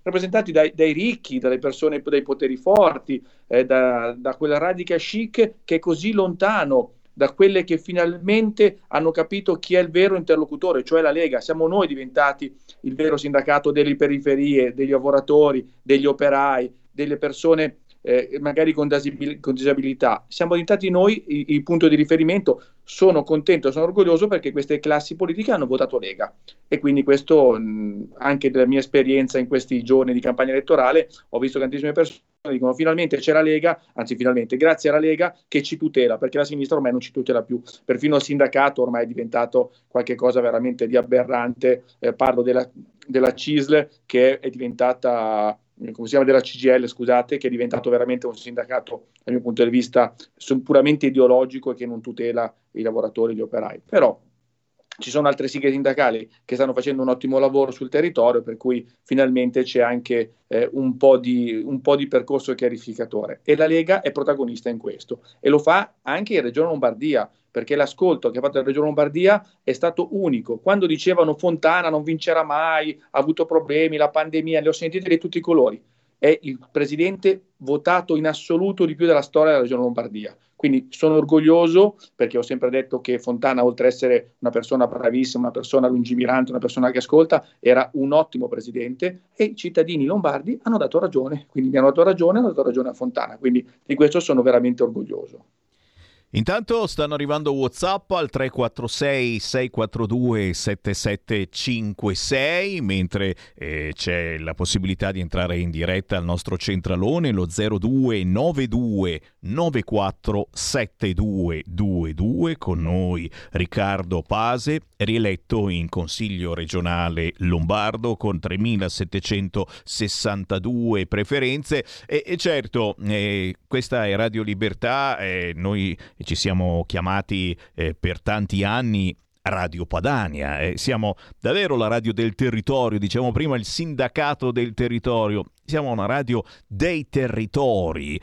dai ricchi, dalle persone, dai poteri forti, da quel radical chic che è così lontano da quelle che finalmente hanno capito chi è il vero interlocutore, cioè la Lega. Siamo noi diventati il vero sindacato delle periferie, degli lavoratori, degli operai, delle persone magari con disabilità. Siamo diventati noi il punto di riferimento. Sono contento, sono orgoglioso perché queste classi politiche hanno votato Lega, e quindi questo, anche della mia esperienza in questi giorni di campagna elettorale, ho visto che tantissime persone dicono finalmente c'è la Lega, anzi finalmente grazie alla Lega che ci tutela, perché la sinistra ormai non ci tutela più. Perfino il sindacato ormai è diventato qualche cosa veramente di aberrante. Parlo della CISL, che è diventata, come si chiama, della CGIL, scusate, che è diventato veramente un sindacato, dal mio punto di vista, puramente ideologico e che non tutela i lavoratori e gli operai. Però ci sono altre sigle sindacali che stanno facendo un ottimo lavoro sul territorio, per cui finalmente c'è anche un po' di percorso chiarificatore, e la Lega è protagonista in questo, e lo fa anche in Regione Lombardia, perché l'ascolto che ha fatto la Regione Lombardia è stato unico. Quando dicevano Fontana non vincerà mai, ha avuto problemi, la pandemia, le ho sentite di tutti i colori. È il presidente votato in assoluto di più della storia della Regione Lombardia. Quindi sono orgoglioso, perché ho sempre detto che Fontana, oltre ad essere una persona bravissima, una persona lungimirante, una persona che ascolta, era un ottimo presidente, e i cittadini lombardi hanno dato ragione. Quindi mi hanno dato ragione a Fontana. Quindi di questo sono veramente orgoglioso. Intanto stanno arrivando WhatsApp al 346 642 7756, mentre c'è la possibilità di entrare in diretta al nostro centralone, lo 0292 94 7222, con noi Riccardo Pase, rieletto in Consiglio regionale lombardo con 3762 preferenze, e certo questa è Radio Libertà, noi ci siamo chiamati per tanti anni Radio Padania, siamo davvero la radio del territorio, diciamo prima il sindacato del territorio, siamo una radio dei territori.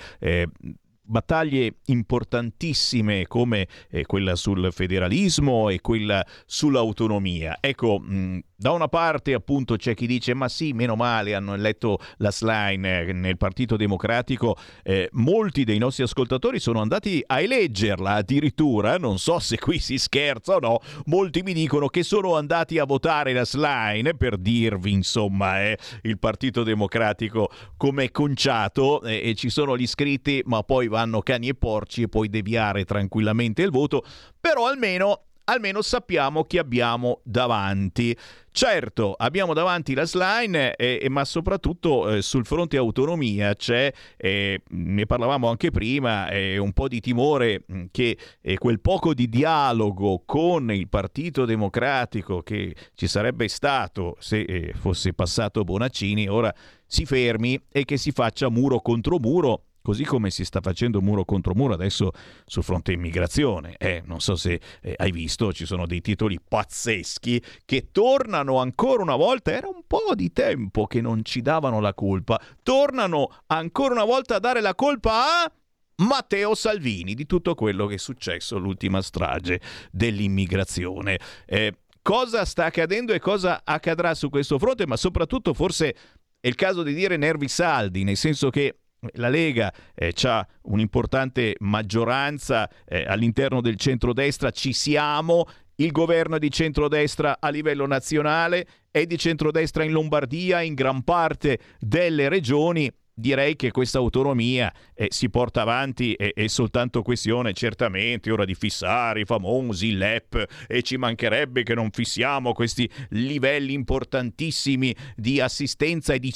Battaglie importantissime come quella sul federalismo e quella sull'autonomia. Ecco, da una parte appunto c'è chi dice ma sì, meno male, hanno eletto la Schlein nel Partito Democratico, molti dei nostri ascoltatori sono andati a eleggerla addirittura, non so se qui si scherza o no, molti mi dicono che sono andati a votare la Schlein, per dirvi insomma il Partito Democratico come conciato, e ci sono gli iscritti ma poi vanno cani e porci e puoi deviare tranquillamente il voto, però almeno sappiamo chi abbiamo davanti. Certo, abbiamo davanti la Schlein, ma soprattutto sul fronte autonomia c'è, ne parlavamo anche prima, un po' di timore che quel poco di dialogo con il Partito Democratico che ci sarebbe stato se fosse passato Bonaccini ora si fermi e che si faccia muro contro muro, così come si sta facendo muro contro muro adesso sul fronte immigrazione. Non so se hai visto, ci sono dei titoli pazzeschi che tornano ancora una volta, era un po' di tempo che non ci davano la colpa, tornano ancora una volta a dare la colpa a Matteo Salvini di tutto quello che è successo, l'ultima strage dell'immigrazione. Cosa sta accadendo e cosa accadrà su questo fronte, ma soprattutto forse è il caso di dire nervi saldi, nel senso che la Lega ha un'importante maggioranza all'interno del centrodestra, ci siamo, il governo è di centrodestra a livello nazionale, è di centrodestra in Lombardia, in gran parte delle regioni. Direi che questa autonomia si porta avanti, è soltanto questione certamente ora di fissare i famosi LEP, e ci mancherebbe che non fissiamo questi livelli importantissimi di assistenza e di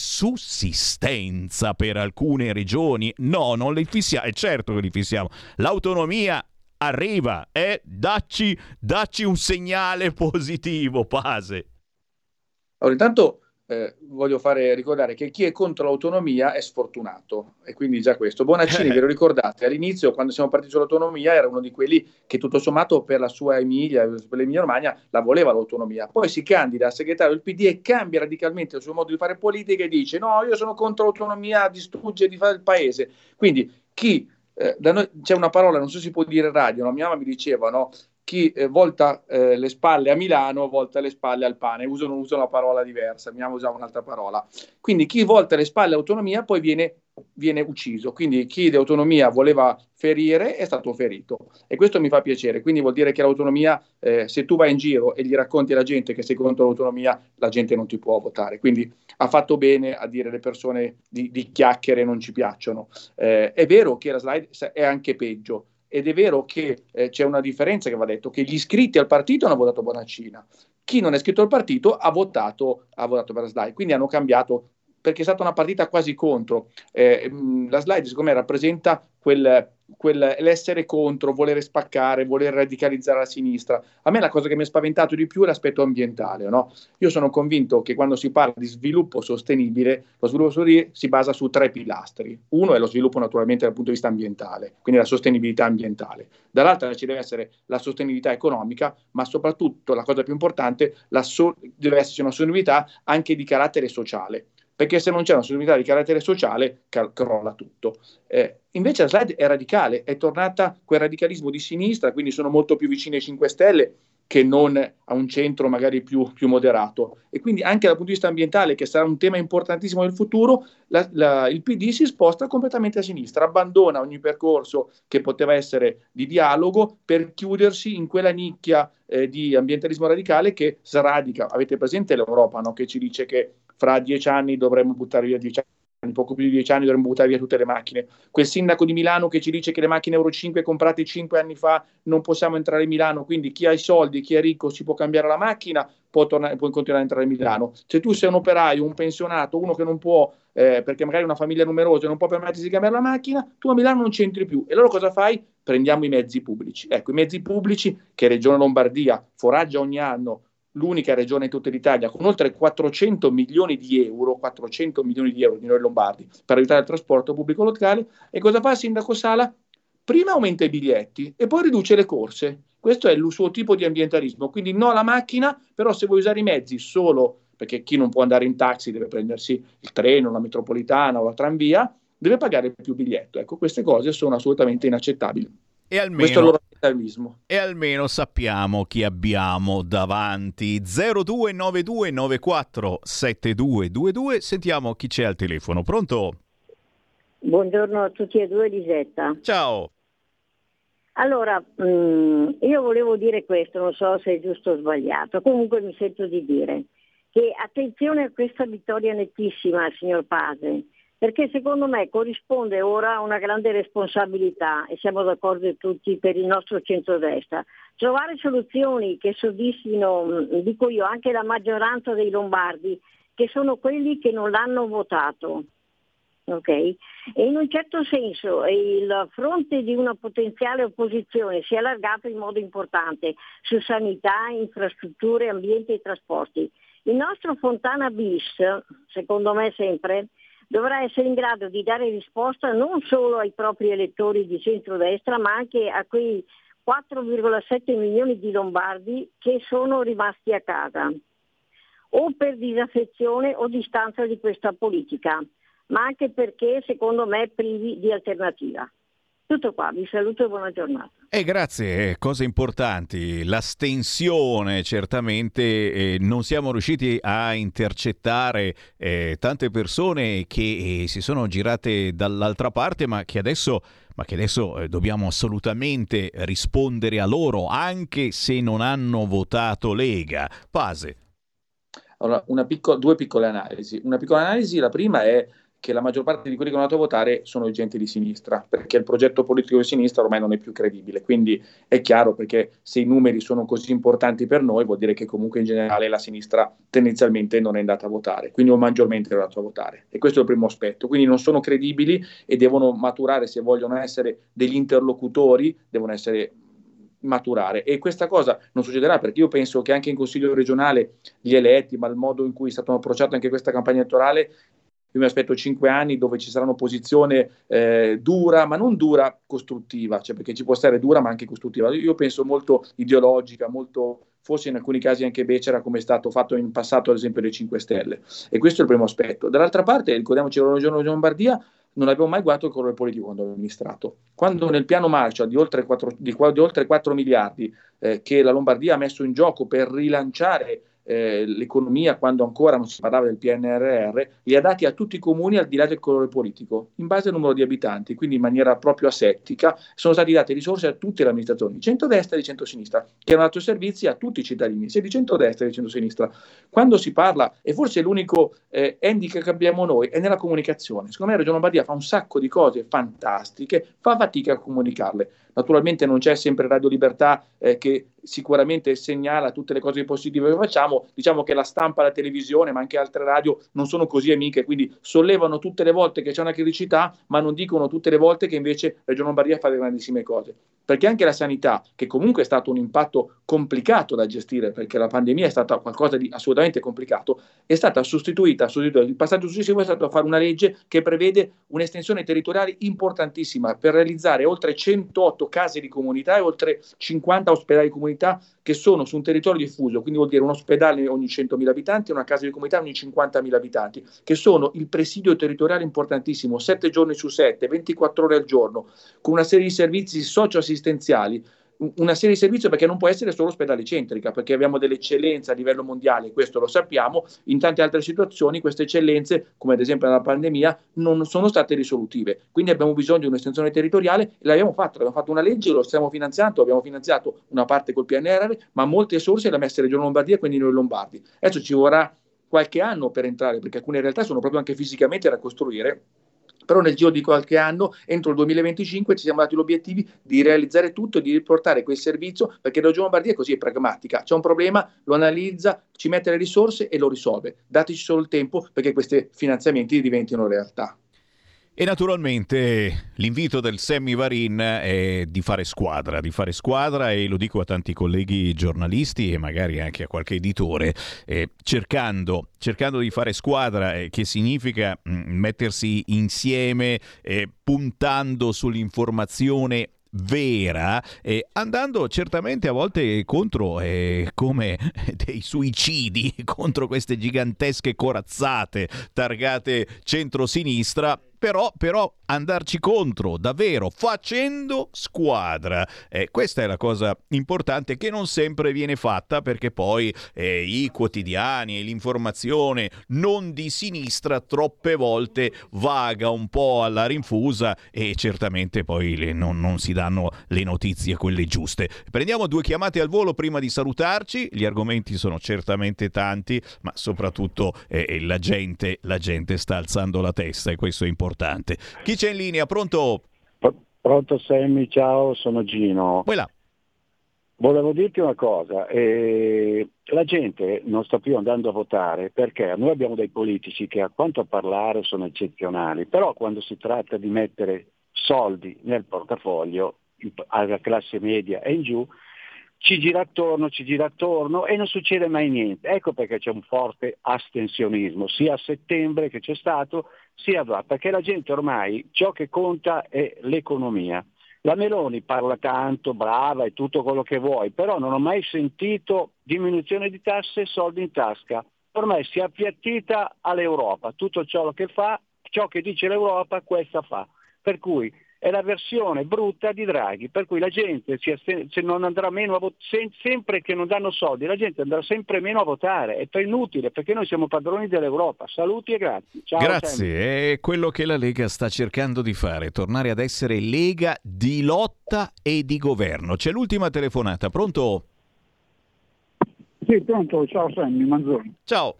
sussistenza per alcune regioni. No, non li fissiamo, è certo che li fissiamo. L'autonomia arriva, dacci un segnale positivo, Pase. Allora, intanto voglio fare ricordare che chi è contro l'autonomia è sfortunato, e quindi già questo. Bonaccini, ve lo ricordate, all'inizio quando siamo partiti sull'autonomia era uno di quelli che tutto sommato per la sua Emilia, per l'Emilia Romagna, la voleva l'autonomia, poi si candida a segretario del PD e cambia radicalmente il suo modo di fare politica e dice no, io sono contro l'autonomia, distrugge di fare il paese. Quindi chi da noi c'è una parola, non so se si può dire in radio, no? Mia mamma mi diceva, no? Chi volta le spalle a Milano volta le spalle al pane, usa una parola diversa, mia mamma usava un'altra parola. Quindi chi volta le spalle all'autonomia poi viene ucciso, quindi chi di autonomia voleva ferire è stato ferito, e questo mi fa piacere. Quindi vuol dire che l'autonomia, se tu vai in giro e gli racconti alla gente che sei contro l'autonomia, la gente non ti può votare. Quindi ha fatto bene a dire le persone di chiacchiere non ci piacciono. È vero che la slide è anche peggio, ed è vero che c'è una differenza che va detto, che gli iscritti al partito hanno votato Bonaccina, chi non è iscritto al partito ha votato per la slide, quindi hanno cambiato, perché è stata una partita quasi contro. La slide secondo me rappresenta quel l'essere contro, volere spaccare, voler radicalizzare la sinistra. A me la cosa che mi ha spaventato di più è l'aspetto ambientale, no? Io sono convinto che quando si parla di sviluppo sostenibile, lo sviluppo sostenibile si basa su 3 pilastri. Uno è lo sviluppo naturalmente dal punto di vista ambientale, quindi la sostenibilità ambientale. Dall'altra ci deve essere la sostenibilità economica, ma soprattutto, la cosa più importante, deve esserci una sostenibilità anche di carattere sociale. Perché se non c'è una sostenibilità di carattere sociale crolla tutto. Invece la slide è radicale, è tornata quel radicalismo di sinistra, quindi sono molto più vicini ai 5 Stelle che non a un centro magari più moderato. E quindi anche dal punto di vista ambientale, che sarà un tema importantissimo nel futuro, il PD si sposta completamente a sinistra, abbandona ogni percorso che poteva essere di dialogo per chiudersi in quella nicchia di ambientalismo radicale che sradica. Avete presente l'Europa, no? Che ci dice che fra 10 anni dovremmo buttare via 10 anni, poco più di 10 anni dovremmo buttare via tutte le macchine. Quel sindaco di Milano che ci dice che le macchine Euro 5 comprate 5 anni fa non possiamo entrare in Milano, quindi chi ha i soldi, chi è ricco si può cambiare la macchina, può continuare a entrare in Milano. Se tu sei un operaio, un pensionato, uno che non può, perché magari una famiglia numerosa non può permettersi di cambiare la macchina, tu a Milano non c'entri più. E allora cosa fai? Prendiamo i mezzi pubblici. Ecco, i mezzi pubblici che Regione Lombardia foraggia ogni anno, l'unica regione in tutta l'Italia, con oltre 400 milioni di euro di noi lombardi, per aiutare il trasporto pubblico locale. E cosa fa il sindaco Sala? Prima aumenta i biglietti e poi riduce le corse. Questo è il suo tipo di ambientalismo, quindi no alla macchina, però se vuoi usare i mezzi solo, perché chi non può andare in taxi deve prendersi il treno, la metropolitana o la tranvia, deve pagare più biglietto. Ecco, queste cose sono assolutamente inaccettabili. Questo è il loro ambientalismo. E almeno sappiamo chi abbiamo davanti. 0292947222. Sentiamo chi c'è al telefono. Pronto? Buongiorno a tutti e due, Lisetta. Ciao. Allora, io volevo dire questo, non so se è giusto o sbagliato, comunque mi sento di dire che attenzione a questa vittoria nettissima, signor Pase, perché secondo me corrisponde ora a una grande responsabilità, e siamo d'accordo tutti, per il nostro centrodestra, trovare soluzioni che soddisfino, dico io, anche la maggioranza dei lombardi, che sono quelli che non l'hanno votato. Ok? E in un certo senso il fronte di una potenziale opposizione si è allargato in modo importante su sanità, infrastrutture, ambiente e trasporti. Il nostro Fontana bis, secondo me sempre, dovrà essere in grado di dare risposta non solo ai propri elettori di centrodestra, ma anche a quei 4,7 milioni di lombardi che sono rimasti a casa, o per disaffezione o distanza di questa politica, ma anche perché secondo me privi di alternativa. Tutto qua, vi saluto e buona giornata. Grazie, cose importanti. L'astensione, certamente non siamo riusciti a intercettare tante persone che si sono girate dall'altra parte, ma che adesso dobbiamo assolutamente rispondere a loro, anche se non hanno votato Lega. Pase. Allora, due piccole analisi. Una piccola analisi, la prima è che la maggior parte di quelli che hanno andato a votare sono gente di sinistra, perché il progetto politico di sinistra ormai non è più credibile. Quindi è chiaro, perché se i numeri sono così importanti per noi, vuol dire che comunque in generale la sinistra tendenzialmente non è andata a votare, quindi o maggiormente è andato a votare. E questo è il primo aspetto. Quindi non sono credibili e devono maturare, se vogliono essere degli interlocutori, devono essere maturare. E questa cosa non succederà, perché io penso che anche in Consiglio regionale gli eletti, ma il modo in cui è stato approcciato anche questa campagna elettorale, io mi aspetto 5 anni dove ci sarà un'opposizione dura, ma non dura costruttiva, cioè perché ci può stare dura ma anche costruttiva. Io penso molto ideologica, molto, forse in alcuni casi anche becera, come è stato fatto in passato ad esempio dei 5 Stelle. E questo è il primo aspetto. Dall'altra parte, ricordiamoci la Regione Lombardia, non abbiamo mai guardato il colore politico quando ho amministrato. Quando nel piano Marshall di oltre 4 miliardi che la Lombardia ha messo in gioco per rilanciare l'economia, quando ancora non si parlava del PNRR, li ha dati a tutti i comuni al di là del colore politico, in base al numero di abitanti, quindi in maniera proprio asettica. Sono stati date risorse a tutte le amministrazioni, di centrodestra e di centrosinistra, che hanno dato servizi a tutti i cittadini, sia di centrodestra che di centrosinistra. Quando si parla, e forse l'unico handicap che abbiamo noi è nella comunicazione. Secondo me la Regione Lombardia fa un sacco di cose fantastiche, fa fatica a comunicarle. Naturalmente non c'è sempre Radio Libertà che sicuramente segnala tutte le cose positive che facciamo. Diciamo che la stampa, la televisione, ma anche altre radio non sono così amiche, quindi sollevano tutte le volte che c'è una criticità, ma non dicono tutte le volte che invece Regione Lombardia fa delle grandissime cose. Perché anche la sanità, che comunque è stato un impatto complicato da gestire, perché la pandemia è stata qualcosa di assolutamente complicato, è stata sostituita. Il passaggio successivo è stato fare una legge che prevede un'estensione territoriale importantissima per realizzare oltre 108 case di comunità e oltre 50 ospedali di comunità che sono su un territorio diffuso, quindi vuol dire un ospedale ogni 100.000 abitanti e una casa di comunità ogni 50.000 abitanti, che sono il presidio territoriale importantissimo, 7 giorni su 7, 24 ore al giorno, con una serie di servizi socioassistenziali, una serie di servizi, perché non può essere solo ospedale centrica, perché abbiamo delle eccellenze a livello mondiale, questo lo sappiamo. In tante altre situazioni queste eccellenze, come ad esempio nella pandemia, non sono state risolutive, quindi abbiamo bisogno di un'estensione territoriale e l'abbiamo fatto una legge, lo stiamo finanziando, abbiamo finanziato una parte col PNRR, ma molte risorse le ha messe Regione Lombardia, quindi noi lombardi. Adesso ci vorrà qualche anno per entrare, perché alcune realtà sono proprio anche fisicamente da costruire, però nel giro di qualche anno, entro il 2025, ci siamo dati l'obiettivo di realizzare tutto e di riportare quel servizio, perché la Regione Lombardia è così, è pragmatica, c'è un problema, lo analizza, ci mette le risorse e lo risolve. Dateci solo il tempo perché questi finanziamenti diventino realtà. E naturalmente l'invito del Sammy Varin è di fare squadra, e lo dico a tanti colleghi giornalisti e magari anche a qualche editore, cercando di fare squadra, che significa mettersi insieme, puntando sull'informazione vera, andando certamente a volte contro come dei suicidi, contro queste gigantesche corazzate targate centro-sinistra, però andarci contro davvero facendo squadra. Questa è la cosa importante che non sempre viene fatta, perché poi i quotidiani e l'informazione non di sinistra troppe volte vaga un po' alla rinfusa e certamente poi non si danno le notizie quelle giuste. Prendiamo 2 chiamate al volo prima di salutarci. Gli argomenti sono certamente tanti, ma soprattutto la gente sta alzando la testa e questo è importante. Chi c'è in linea? Pronto? Pronto Sammy, ciao, sono Gino. Voilà. Volevo dirti una cosa, la gente non sta più andando a votare perché noi abbiamo dei politici che a quanto parlare sono eccezionali, però quando si tratta di mettere soldi nel portafoglio alla classe media e in giù, ci gira attorno e non succede mai niente. Ecco perché c'è un forte astensionismo, sia a settembre che c'è stato, sia perché la gente ormai ciò che conta è l'economia. La Meloni parla tanto, brava e tutto quello che vuoi, però non ho mai sentito diminuzione di tasse e soldi in tasca. Ormai si è appiattita all'Europa, tutto ciò che fa, ciò che dice l'Europa, questa fa. Per cui è la versione brutta di Draghi, per cui la gente se non andrà meno a votare, sempre che non danno soldi, la gente andrà sempre meno a votare, è inutile perché noi siamo padroni dell'Europa. Saluti e grazie. Ciao, grazie, è quello che la Lega sta cercando di fare, tornare ad essere Lega di lotta e di governo. C'è l'ultima telefonata, pronto? Sì, pronto, ciao Sammy Manzoni. Ciao.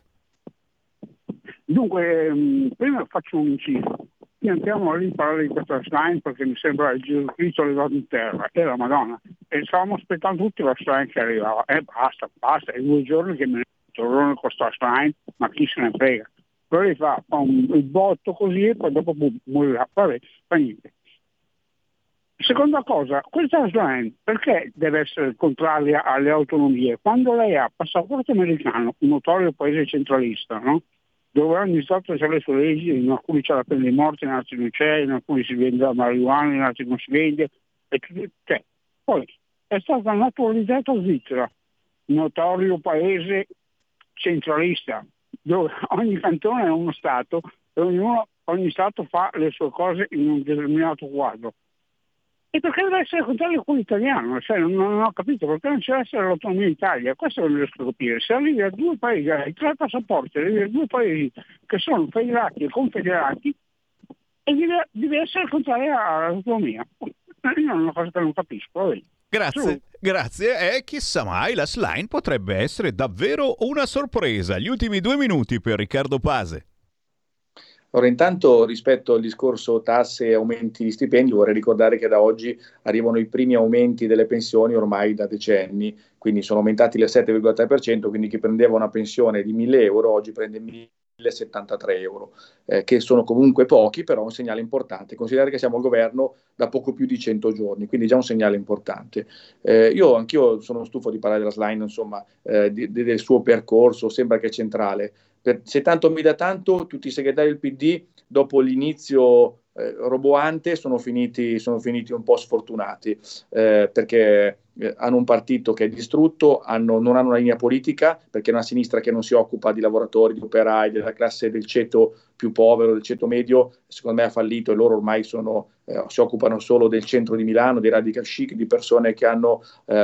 Dunque, prima faccio un inciso. Entriamo lì a parlare di questa slime perché mi sembra il Gesù Cristo levato in terra e la Madonna, e stavamo aspettando tutti la slime che arrivava basta, è 2 giorni che me ne torno con questa slime, ma chi se ne frega. Però lei fa il botto così e poi dopo morirà, vabbè, fa niente. Seconda cosa, questa slime perché deve essere contraria alle autonomie? Quando lei ha passaporto americano, un notorio paese centralista, no? Dove ogni Stato ha le sue leggi, in alcuni c'è la pena di morte, in altri non c'è, in alcuni si vende la marijuana, in altri non si vende, e c'è. Poi è stata naturalizzata Svizzera, notorio paese centralista, dove ogni cantone è uno Stato e ogni Stato fa le sue cose in un determinato quadro. E perché deve essere contrario a quello italiano? Cioè, non ho capito perché non ci deve essere l'autonomia in Italia. Questo non riesco a capire. Se arrivi a 2 paesi, hai 3 passaporti, arrivi a 2 paesi che sono federati e confederati, e deve essere contrario all'autonomia. Io è una cosa che non capisco. Vabbè. Grazie. Chissà mai, la slime potrebbe essere davvero una sorpresa. Gli ultimi 2 minuti per Riccardo Pase. Allora, intanto rispetto al discorso tasse e aumenti di stipendi, vorrei ricordare che da oggi arrivano i primi aumenti delle pensioni ormai da decenni, quindi sono aumentati del 7,3%, quindi chi prendeva una pensione di 1.000 euro oggi prende 1.073 euro, che sono comunque pochi, però un segnale importante. Considerate che siamo al governo da poco più di 100 giorni, quindi già un segnale importante. Anch'io sono stufo di parlare della Schlein, insomma, del suo percorso, sembra che è centrale. Se tanto mi dà tanto, tutti i segretari del PD, dopo l'inizio roboante, sono finiti un po' sfortunati, perché hanno un partito che è distrutto, non hanno una linea politica, perché è una sinistra che non si occupa di lavoratori, di operai, della classe del ceto più povero, del ceto medio, secondo me ha fallito, e loro ormai si occupano solo del centro di Milano, dei radical chic, di persone che hanno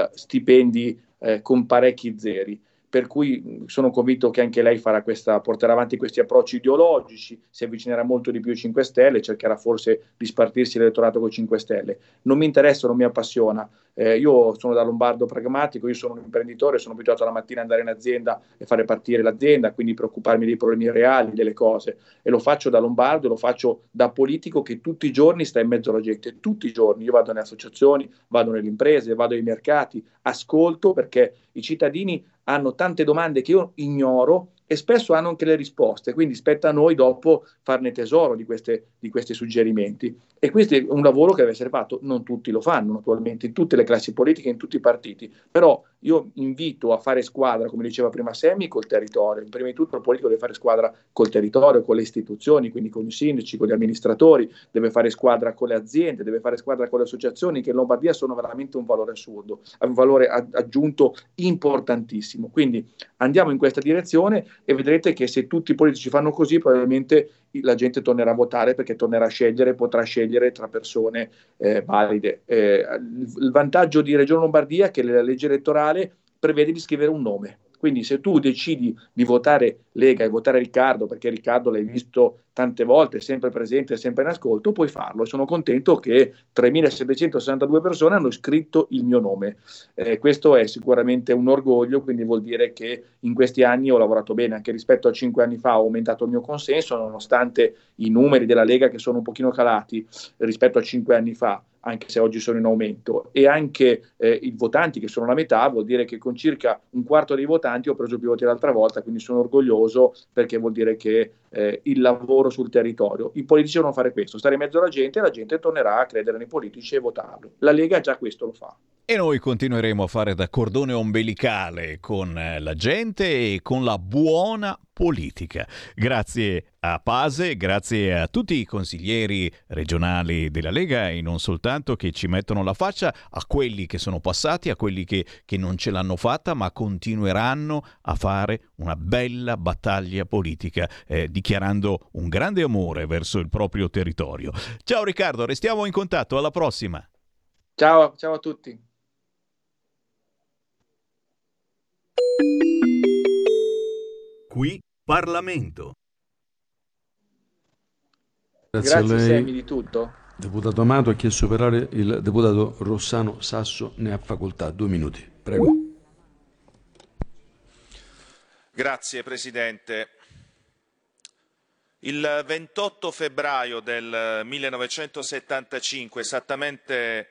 stipendi con parecchi zeri. Per cui sono convinto che anche lei porterà avanti questi approcci ideologici, si avvicinerà molto di più ai 5 Stelle, cercherà forse di spartirsi l'elettorato con i 5 Stelle. Non mi interessa, non mi appassiona. Io sono da lombardo pragmatico, io sono un imprenditore, sono abituato la mattina ad andare in azienda e fare partire l'azienda, quindi preoccuparmi dei problemi reali, delle cose. E lo faccio da lombardo, lo faccio da politico che tutti i giorni sta in mezzo alla gente, tutti i giorni. Io vado nelle associazioni, vado nelle imprese, vado ai mercati, ascolto, perché i cittadini hanno tante domande che io ignoro e spesso hanno anche le risposte, quindi spetta a noi dopo farne tesoro di questi suggerimenti. E questo è un lavoro che deve essere fatto, non tutti lo fanno naturalmente, in tutte le classi politiche, in tutti i partiti, però io invito a fare squadra, come diceva prima Semmi, col territorio. Prima di tutto il politico deve fare squadra col territorio, con le istituzioni, quindi con i sindaci, con gli amministratori, deve fare squadra con le aziende, deve fare squadra con le associazioni, che in Lombardia sono veramente un valore assurdo, un valore aggiunto importantissimo. Quindi andiamo in questa direzione e vedrete che se tutti i politici fanno così, probabilmente la gente tornerà a votare, perché tornerà a scegliere, potrà scegliere tra persone valide. Il vantaggio di Regione Lombardia è che la legge elettorale prevede di scrivere un nome. Quindi se tu decidi di votare Lega e votare Riccardo, perché Riccardo l'hai visto tante volte, è sempre presente, è sempre in ascolto, puoi farlo. Sono contento che 3.762 persone hanno scritto il mio nome. Questo è sicuramente un orgoglio, quindi vuol dire che in questi anni ho lavorato bene. Anche rispetto a 5 anni fa ho aumentato il mio consenso, nonostante i numeri della Lega che sono un pochino calati rispetto a 5 anni fa, anche se oggi sono in aumento, e anche i votanti che sono la metà, vuol dire che con circa un quarto dei votanti ho preso più voti l'altra volta, quindi sono orgoglioso, perché vuol dire che il lavoro sul territorio, i politici devono fare questo, stare in mezzo alla gente, e la gente tornerà a credere nei politici e votarlo. La Lega già questo lo fa. E noi continueremo a fare da cordone ombelicale con la gente e con la buona politica. Grazie a Pase, grazie a tutti i consiglieri regionali della Lega, e non soltanto, che ci mettono la faccia, a quelli che sono passati, a quelli che non ce l'hanno fatta ma continueranno a fare una bella battaglia politica, dichiarando un grande amore verso il proprio territorio. Ciao Riccardo, restiamo in contatto, alla prossima. Ciao a tutti. Qui Parlamento. Grazie Semmi di tutto. Deputato Amato ha chiesto di parlare il deputato Rossano Sasso, ne ha facoltà. 2 minuti, prego. Grazie Presidente. Il 28 febbraio del 1975, esattamente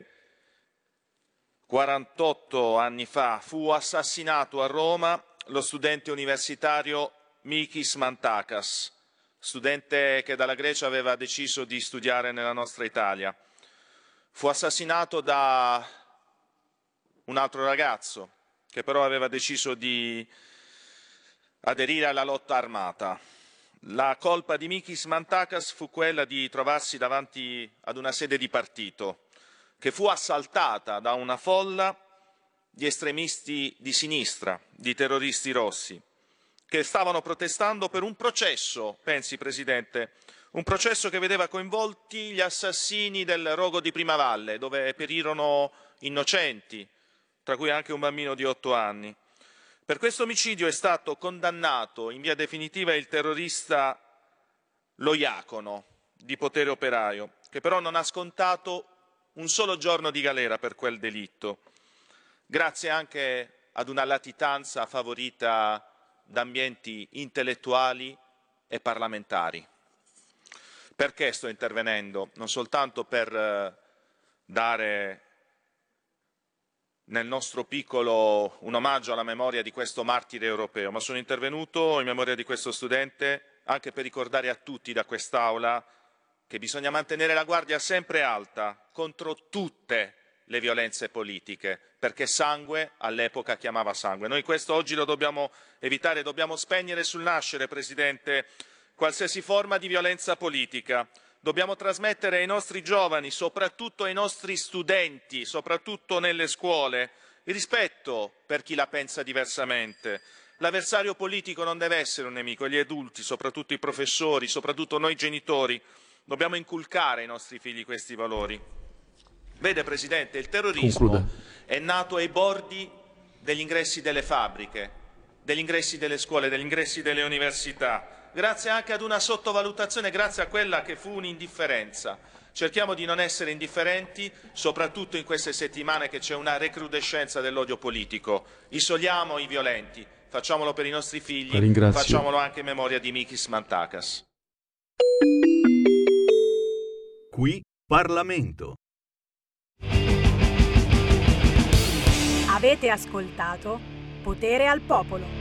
48 anni fa, fu assassinato a Roma lo studente universitario Mikis Mantakas, studente che dalla Grecia aveva deciso di studiare nella nostra Italia. Fu assassinato da un altro ragazzo che però aveva deciso di aderire alla lotta armata. La colpa di Mikis Mantakas fu quella di trovarsi davanti ad una sede di partito che fu assaltata da una folla di estremisti di sinistra, di terroristi rossi, che stavano protestando per un processo, pensi Presidente, un processo che vedeva coinvolti gli assassini del rogo di Primavalle, dove perirono innocenti, tra cui anche un bambino di 8 anni. Per questo omicidio è stato condannato in via definitiva il terrorista Lo Iacono, di Potere Operaio, che però non ha scontato un solo giorno di galera per quel delitto, grazie anche ad una latitanza favorita da ambienti intellettuali e parlamentari. Perché sto intervenendo? Non soltanto per dare nel nostro piccolo un omaggio alla memoria di questo martire europeo, ma sono intervenuto in memoria di questo studente anche per ricordare a tutti da quest'Aula che bisogna mantenere la guardia sempre alta contro tutte le violenze politiche, perché sangue all'epoca chiamava sangue. Noi questo oggi lo dobbiamo evitare, dobbiamo spegnere sul nascere, Presidente, qualsiasi forma di violenza politica. Dobbiamo trasmettere ai nostri giovani, soprattutto ai nostri studenti, soprattutto nelle scuole, il rispetto per chi la pensa diversamente. L'avversario politico non deve essere un nemico, gli adulti, soprattutto i professori, soprattutto noi genitori, dobbiamo inculcare ai nostri figli questi valori. Vede, Presidente, il terrorismo è nato ai bordi degli ingressi delle fabbriche, degli ingressi delle scuole, degli ingressi delle università, grazie anche ad una sottovalutazione, grazie a quella che fu un'indifferenza. Cerchiamo di non essere indifferenti, soprattutto in queste settimane che c'è una recrudescenza dell'odio politico. Isoliamo i violenti, facciamolo per i nostri figli, facciamolo anche in memoria di Mikis Mantakas. Qui Parlamento. Avete ascoltato Potere al Popolo.